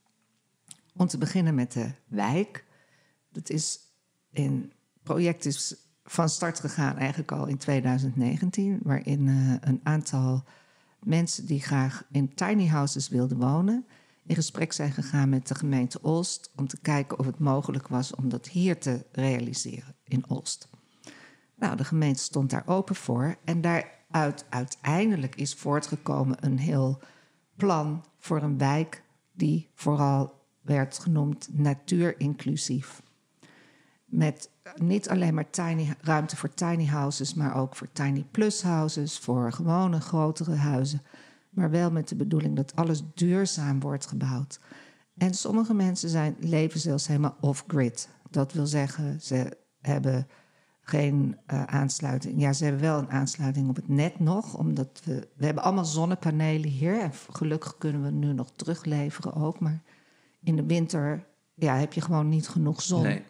om te beginnen met de wijk. Dat is een project is van start gegaan eigenlijk al in twintig negentien... waarin uh, een aantal mensen die graag in tiny houses wilden wonen... in gesprek zijn gegaan met de gemeente Olst... om te kijken of het mogelijk was om dat hier te realiseren in Olst. Nou, de gemeente stond daar open voor. En daaruit uiteindelijk is voortgekomen een heel plan voor een wijk... die vooral werd genoemd natuurinclusief. Met niet alleen maar tiny, ruimte voor tiny houses... maar ook voor tiny plus houses, voor gewone grotere huizen... maar wel met de bedoeling dat alles duurzaam wordt gebouwd. En sommige mensen zijn, leven zelfs helemaal off-grid. Dat wil zeggen, ze hebben geen uh, aansluiting. Ja, ze hebben wel een aansluiting op het net nog. Omdat we, we hebben allemaal zonnepanelen hier. En gelukkig kunnen we nu nog terugleveren ook. Maar in de winter ja, heb je gewoon niet genoeg zon. Nee.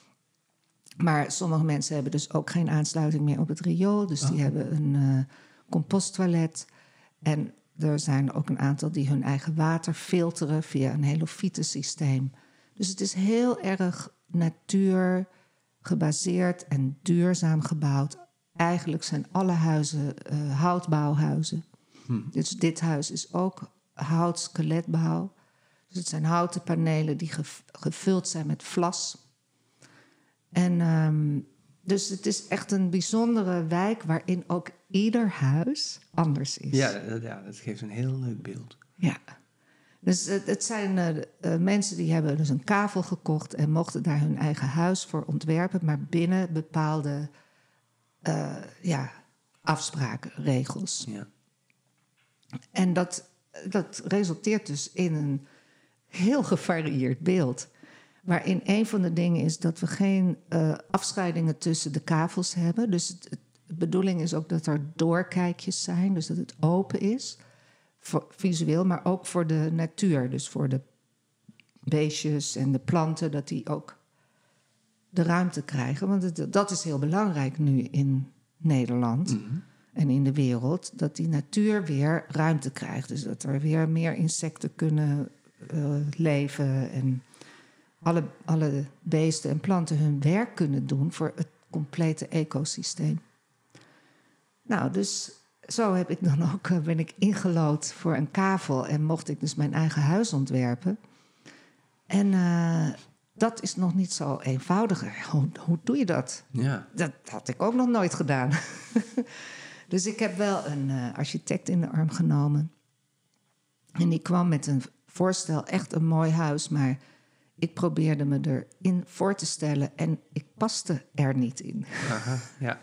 Maar sommige mensen hebben dus ook geen aansluiting meer op het riool. Dus oh. die hebben een uh, composttoilet. En er zijn ook een aantal die hun eigen water filteren via een helofietensysteem. Dus het is heel erg natuur gebaseerd en duurzaam gebouwd. Eigenlijk zijn alle huizen uh, houtbouwhuizen. Hm. Dus dit huis is ook houtskeletbouw. Dus het zijn houten panelen die ge- gevuld zijn met vlas. En um, dus het is echt een bijzondere wijk waarin ook ieder huis anders is. Ja, dat, ja, dat geeft een heel leuk beeld. Ja. Dus het, het zijn uh, uh, mensen die hebben dus een kavel gekocht... en mochten daar hun eigen huis voor ontwerpen... maar binnen bepaalde uh, ja, afspraken, regels. Ja. En dat, dat resulteert dus in een heel gevarieerd beeld... waarin een van de dingen is dat we geen uh, afscheidingen tussen de kavels hebben. Dus het, het, de bedoeling is ook dat er doorkijkjes zijn, dus dat het open is... Voor, visueel, maar ook voor de natuur. Dus voor de beestjes en de planten, dat die ook de ruimte krijgen. Want het, dat is heel belangrijk nu in Nederland mm-hmm. en in de wereld... dat die natuur weer ruimte krijgt. Dus dat er weer meer insecten kunnen uh, leven... en alle, alle beesten en planten hun werk kunnen doen... voor het complete ecosysteem. Nou, dus... Zo heb ik dan ook, ben ik ingelood voor een kavel... en mocht ik dus mijn eigen huis ontwerpen. En uh, dat is nog niet zo eenvoudig. Hoe, hoe doe je dat? Ja. Dat had ik ook nog nooit gedaan. Dus ik heb wel een uh, architect in de arm genomen. En die kwam met een voorstel, echt een mooi huis... maar ik probeerde me erin voor te stellen... en ik paste er niet in. Aha, ja.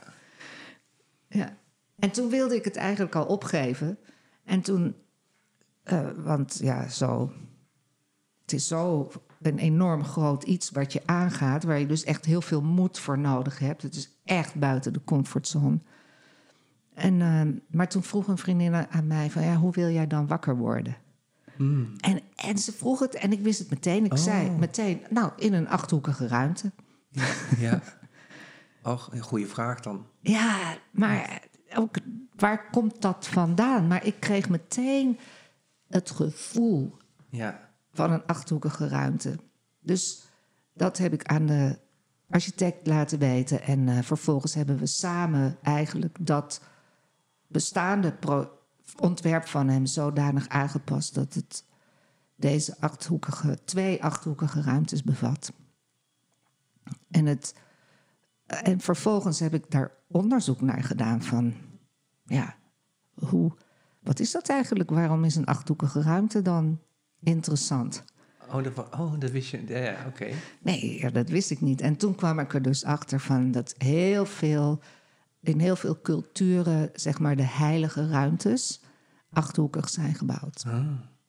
Ja. En toen wilde ik het eigenlijk al opgeven. En toen, uh, want ja, zo... Het is zo een enorm groot iets wat je aangaat... waar je dus echt heel veel moed voor nodig hebt. Het is echt buiten de comfortzone. En, uh, maar toen vroeg een vriendin aan mij van... ja, hoe wil jij dan wakker worden? Mm. En, en ze vroeg het en ik wist het meteen. Ik oh. zei meteen, nou, in een achthoekige ruimte. Ja. Och, een goede vraag dan. Ja, maar... Ook waar komt dat vandaan? Maar ik kreeg meteen het gevoel Ja. van een achthoekige ruimte. Dus dat heb ik aan de architect laten weten. En uh, vervolgens hebben we samen eigenlijk dat bestaande pro- ontwerp van hem zodanig aangepast dat het deze achthoekige, twee achthoekige ruimtes bevat. En, het, en vervolgens heb ik daar onderzoek naar gedaan van, ja, hoe, wat is dat eigenlijk? Waarom is een achthoekige ruimte dan interessant? Oh, dat, oh, dat wist je. Ja, ja oké. Okay. Nee, ja, dat wist ik niet. En toen kwam ik er dus achter van dat heel veel, in heel veel culturen, zeg maar de heilige ruimtes, achthoekig zijn gebouwd. Ah.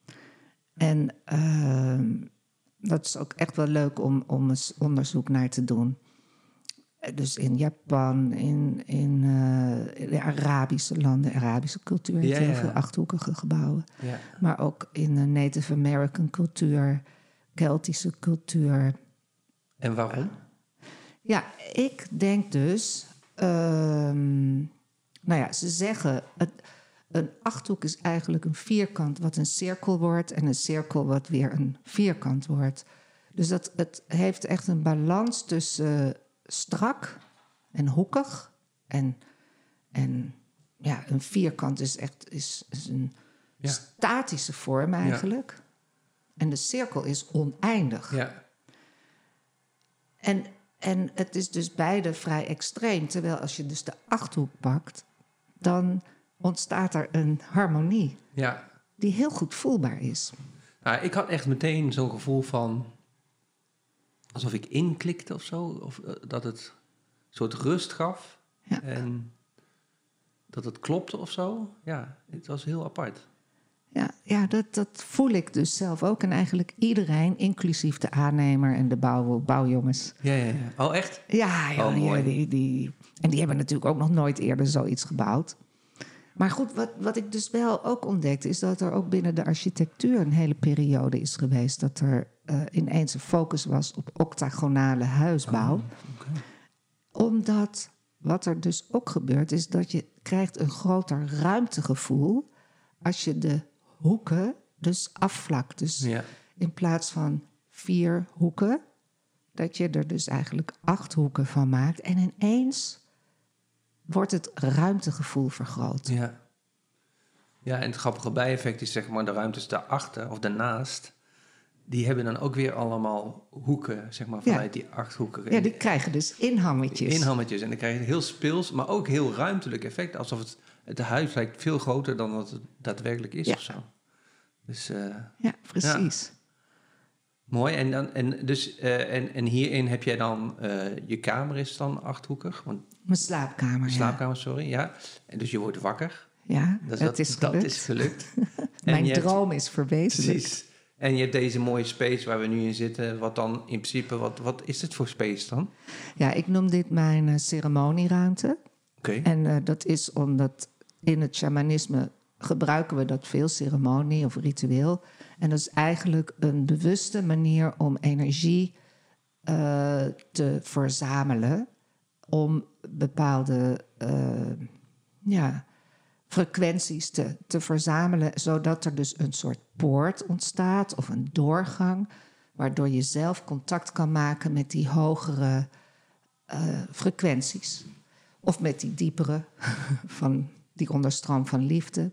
En uh, dat is ook echt wel leuk om, om eens onderzoek naar te doen. Dus in Japan, in, in, uh, in de Arabische landen, Arabische cultuur, heeft ja, heel ja. veel achthoekige gebouwen. Ja. Maar ook in de Native American cultuur, Keltische cultuur. En waarom? Ja, ik denk dus, um, nou ja, ze zeggen, het, een achthoek is eigenlijk een vierkant wat een cirkel wordt en een cirkel wat weer een vierkant wordt. Dus dat, het heeft echt een balans tussen uh, strak en hoekig. En, en ja, een vierkant is echt is, is een ja. statische vorm eigenlijk. Ja. En de cirkel is oneindig. Ja. En, en het is dus beide vrij extreem. Terwijl als je dus de achthoek pakt, dan ontstaat er een harmonie. Ja. Die heel goed voelbaar is. Nou, ik had echt meteen zo'n gevoel van alsof ik inklikte of zo. Of uh, dat het een soort rust gaf. Ja. En dat het klopte of zo. Ja, het was heel apart. Ja, ja dat, dat voel ik dus zelf ook. En eigenlijk iedereen, inclusief de aannemer en de bouw, bouwjongens. Ja, ja, ja. Oh, echt? Ja, ja oh, die, mooi. Die, die, en die hebben natuurlijk ook nog nooit eerder zoiets gebouwd. Maar goed, wat, wat ik dus wel ook ontdekte, is dat er ook binnen de architectuur een hele periode is geweest dat er uh, ineens een focus was op octagonale huisbouw. Oh, okay. Omdat wat er dus ook gebeurt, is dat je krijgt een groter ruimtegevoel als je de hoeken dus afvlakt. Dus ja. in plaats van vier hoeken, dat je er dus eigenlijk acht hoeken van maakt. En ineens wordt het ruimtegevoel vergroot. Ja. Ja, en het grappige bijeffect is zeg maar de ruimtes daarachter of daarnaast, die hebben dan ook weer allemaal hoeken, zeg maar, vanuit ja. die acht hoeken. Ja, die krijgen dus inhammetjes. Inhammetjes. En dan krijg je heel speels, maar ook heel ruimtelijk effect. Alsof het, het huis lijkt veel groter dan wat het daadwerkelijk is ja. of zo. Dus, uh, ja, precies. Ja. Mooi. En, dan, en, dus, uh, en, en hierin heb jij dan, uh, je kamer is dan achthoekig? Want, Mijn slaapkamer, Slaapkamer, ja. sorry, ja. En dus je wordt wakker. Ja, dus het dat, is gelukt. Dat is gelukt. Mijn droom hebt, is verwezenlijkt. Precies. En je hebt deze mooie space waar we nu in zitten. Wat dan in principe, wat, wat is het voor space dan? Ja, ik noem dit mijn uh, ceremonieruimte. Oké. Okay. En uh, dat is omdat in het shamanisme gebruiken we dat veel, ceremonie of ritueel. En dat is eigenlijk een bewuste manier om energie uh, te verzamelen. Om bepaalde uh, ja, frequenties te, te verzamelen. Zodat er dus een soort poort ontstaat of een doorgang. Waardoor je zelf contact kan maken met die hogere uh, frequenties. Of met die diepere, van die onderstroom van liefde.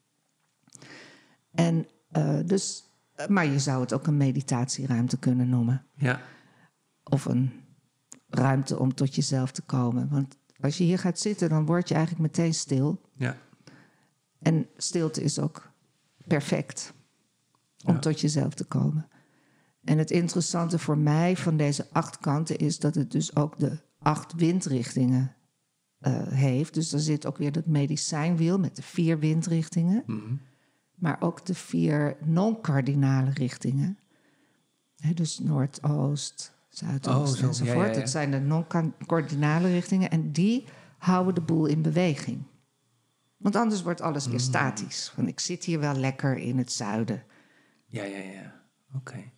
En uh, dus, maar je zou het ook een meditatieruimte kunnen noemen. Ja. Of een ruimte om tot jezelf te komen. Want als je hier gaat zitten, dan word je eigenlijk meteen stil. Ja. En stilte is ook perfect om ja. tot jezelf te komen. En het interessante voor mij van deze acht kanten is dat het dus ook de acht windrichtingen uh, heeft. Dus er zit ook weer dat medicijnwiel met de vier windrichtingen. Mm-hmm. Maar ook de vier non-kardinale richtingen. He, dus Noordoost, Zuidoost oh, zo, enzovoort. Ja, ja, ja. Dat zijn de non-kardinale richtingen. En die houden de boel in beweging. Want anders wordt alles weer mm. statisch. Want ik zit hier wel lekker in het zuiden. Ja, ja, ja. Oké. Okay.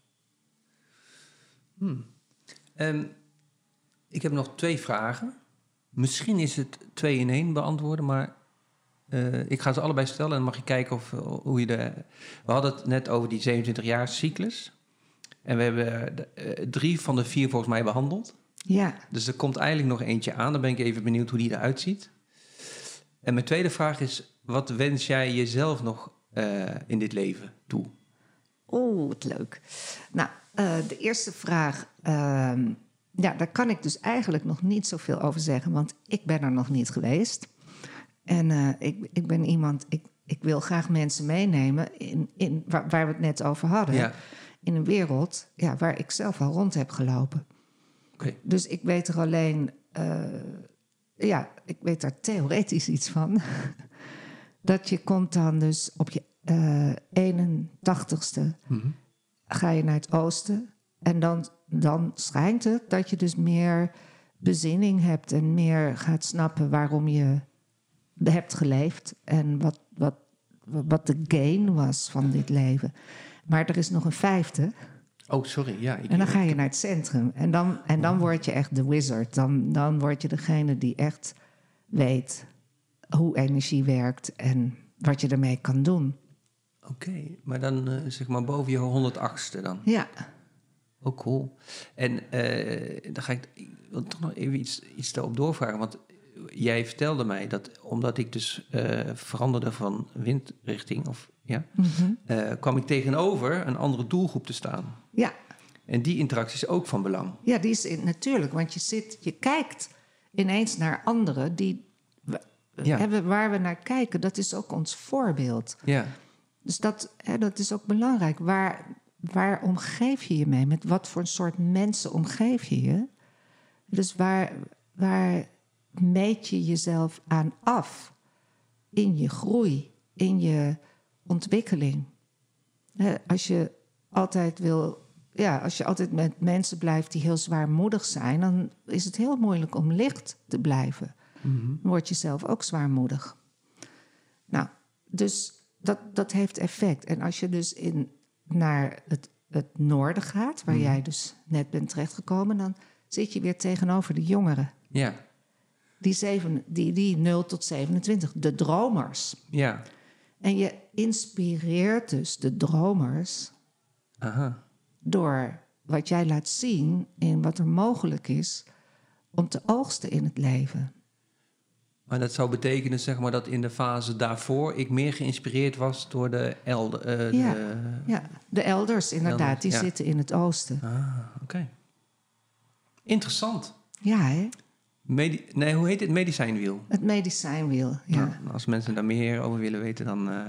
Hmm. Um, ik heb nog twee vragen. Misschien is het twee in één beantwoorden, maar Uh, ik ga ze allebei stellen en dan mag je kijken of, hoe je de... We hadden het net over die zevenentwintig jaar cyclus. En we hebben de, uh, drie van de vier volgens mij behandeld. Ja. Dus er komt eigenlijk nog eentje aan. Dan ben ik even benieuwd hoe die eruit ziet. En mijn tweede vraag is... Wat wens jij jezelf nog uh, in dit leven toe? Oeh, wat leuk. Nou, uh, de eerste vraag... Uh, ja, daar kan ik dus eigenlijk nog niet zoveel over zeggen... want ik ben er nog niet geweest... En uh, ik, ik ben iemand, ik, ik wil graag mensen meenemen in, in waar, waar we het net over hadden. Ja. In een wereld ja, waar ik zelf al rond heb gelopen. Okay. Dus ik weet er alleen, uh, ja, ik weet daar theoretisch iets van. Dat je komt dan dus op je uh, eenentachtigste, mm-hmm. ga je naar het oosten. En dan, dan schijnt het dat je dus meer bezinning hebt en meer gaat snappen waarom je hebt geleefd en wat, wat, wat de gain was van dit leven. Maar er is nog een vijfde. Oh, sorry. Ja, ik, en dan ga je naar het centrum. En dan, en dan word je echt de wizard. Dan, dan word je degene die echt weet hoe energie werkt en wat je ermee kan doen. Oké, okay, maar dan uh, zeg maar boven je honderdachtste dan? Ja. Oh, cool. En uh, dan ga ik, ik wil toch nog even iets, iets daarop doorvragen, want jij vertelde mij dat omdat ik dus uh, veranderde van windrichting, of ja, mm-hmm. uh, kwam ik tegenover een andere doelgroep te staan. Ja. En die interactie is ook van belang. Ja, die is natuurlijk, want je zit, je kijkt ineens naar anderen die ja. hebben waar we naar kijken. Dat is ook ons voorbeeld. Ja. Dus dat, hè, dat is ook belangrijk. Waar, waar omgeef je je mee? Met wat voor een soort mensen omgeef je je? Dus waar, waar meet je jezelf aan af in je groei, in je ontwikkeling? Hè, als je altijd wil, ja, als je altijd met mensen blijft die heel zwaarmoedig zijn, dan is het heel moeilijk om licht te blijven. Mm-hmm. Dan word je zelf ook zwaarmoedig. Nou, dus dat, dat heeft effect. En als je dus in, naar het, het noorden gaat, waar mm-hmm. jij dus net bent terechtgekomen, dan zit je weer tegenover de jongeren. Ja. Die, zeven, die, die nul tot zevenentwintig, de dromers. Ja. En je inspireert dus de dromers. Aha. Door wat jij laat zien in wat er mogelijk is om te oogsten in het leven. Maar dat zou betekenen, zeg maar, dat in de fase daarvoor ik meer geïnspireerd was door de elders. Uh, ja, de, ja, de elders inderdaad, elders, die ja. zitten in het oosten. Ah, oké. Okay. Interessant. Ja, hè? Medi- nee, hoe heet het? Medicijnwiel. Het medicijnwiel, ja. Nou, als mensen daar meer over willen weten, dan uh,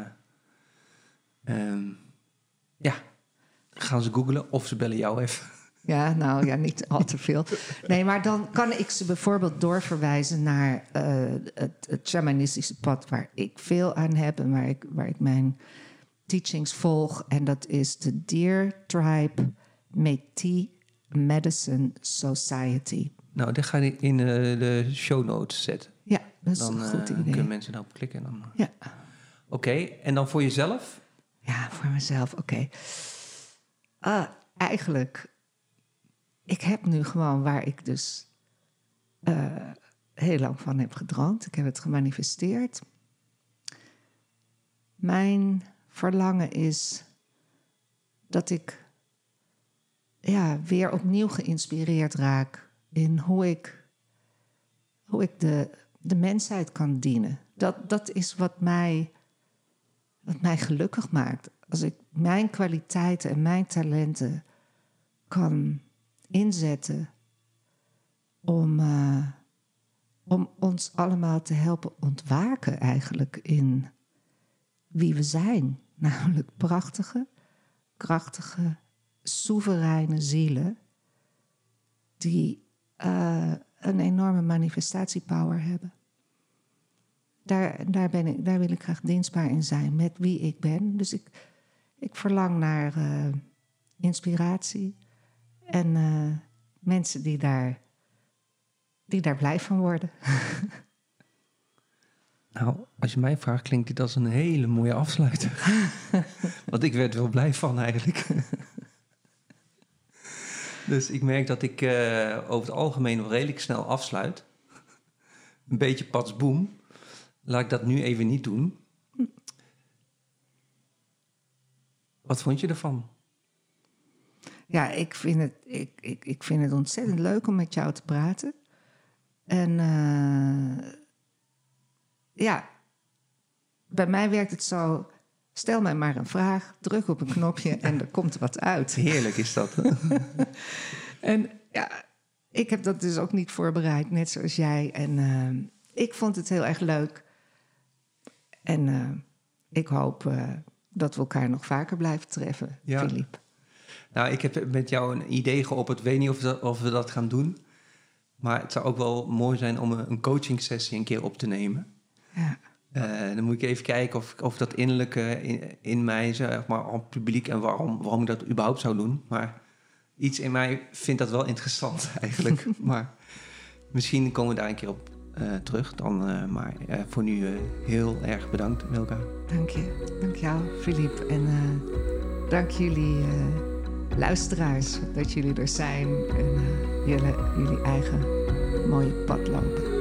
um, ja, gaan ze googlen of ze bellen jou even. Ja, nou ja, niet al te veel. Nee, maar dan kan ik ze bijvoorbeeld doorverwijzen naar uh, het, het shamanistische pad waar ik veel aan heb en waar ik, waar ik mijn teachings volg. En dat is de Deer Tribe Métis Medicine Society. Nou, dit ga ik in uh, de show notes zetten. Ja, dat is dan, een goed idee. Dan kunnen mensen daarop klikken. Dan... Ja. Oké, okay, en dan voor jezelf? Ja, voor mezelf, oké. Okay. Uh, eigenlijk, ik heb nu gewoon waar ik dus uh, heel lang van heb gedroomd. Ik heb het gemanifesteerd. Mijn verlangen is dat ik ja, weer opnieuw geïnspireerd raak in hoe ik, hoe ik de, de mensheid kan dienen. Dat, dat is wat mij, wat mij gelukkig maakt. Als ik mijn kwaliteiten en mijn talenten kan inzetten om, uh, om ons allemaal te helpen ontwaken eigenlijk in wie we zijn. Namelijk prachtige, krachtige, soevereine zielen die uh, een enorme manifestatiepower hebben. Daar, daar, ben ik, daar wil ik graag dienstbaar in zijn met wie ik ben. Dus ik, ik verlang naar uh, inspiratie en uh, mensen die daar, die daar blij van worden. Nou, als je mij vraagt, klinkt dit als een hele mooie afsluiter. Want ik werd wel blij van eigenlijk. Dus ik merk dat ik uh, over het algemeen wel redelijk snel afsluit. Een beetje patsboom. laat ik dat nu even niet doen. Wat vond je ervan? Ja, ik vind het, ik, ik, ik vind het ontzettend leuk om met jou te praten. En uh, ja, bij mij werkt het zo... Stel mij maar een vraag, druk op een knopje en er komt wat uit. Heerlijk is dat. En ja, ik heb dat dus ook niet voorbereid, net zoals jij. En uh, ik vond het heel erg leuk. En uh, ik hoop uh, dat we elkaar nog vaker blijven treffen, ja. Philippe. Nou, ik heb met jou een idee geopperd. Ik weet niet of, dat, of we dat gaan doen. Maar het zou ook wel mooi zijn om een coaching sessie een keer op te nemen. Ja. Uh, dan moet ik even kijken of, of dat innerlijke in, in mij, zeg maar, al publiek en waarom, waarom ik dat überhaupt zou doen. Maar iets in mij vindt dat wel interessant eigenlijk. Maar misschien komen we daar een keer op uh, terug. Dan, uh, maar uh, voor nu uh, heel erg bedankt, Milka. Dank je. Dank jou, Philippe. En uh, dank jullie uh, luisteraars dat jullie er zijn en uh, jullie, jullie eigen mooie pad lopen.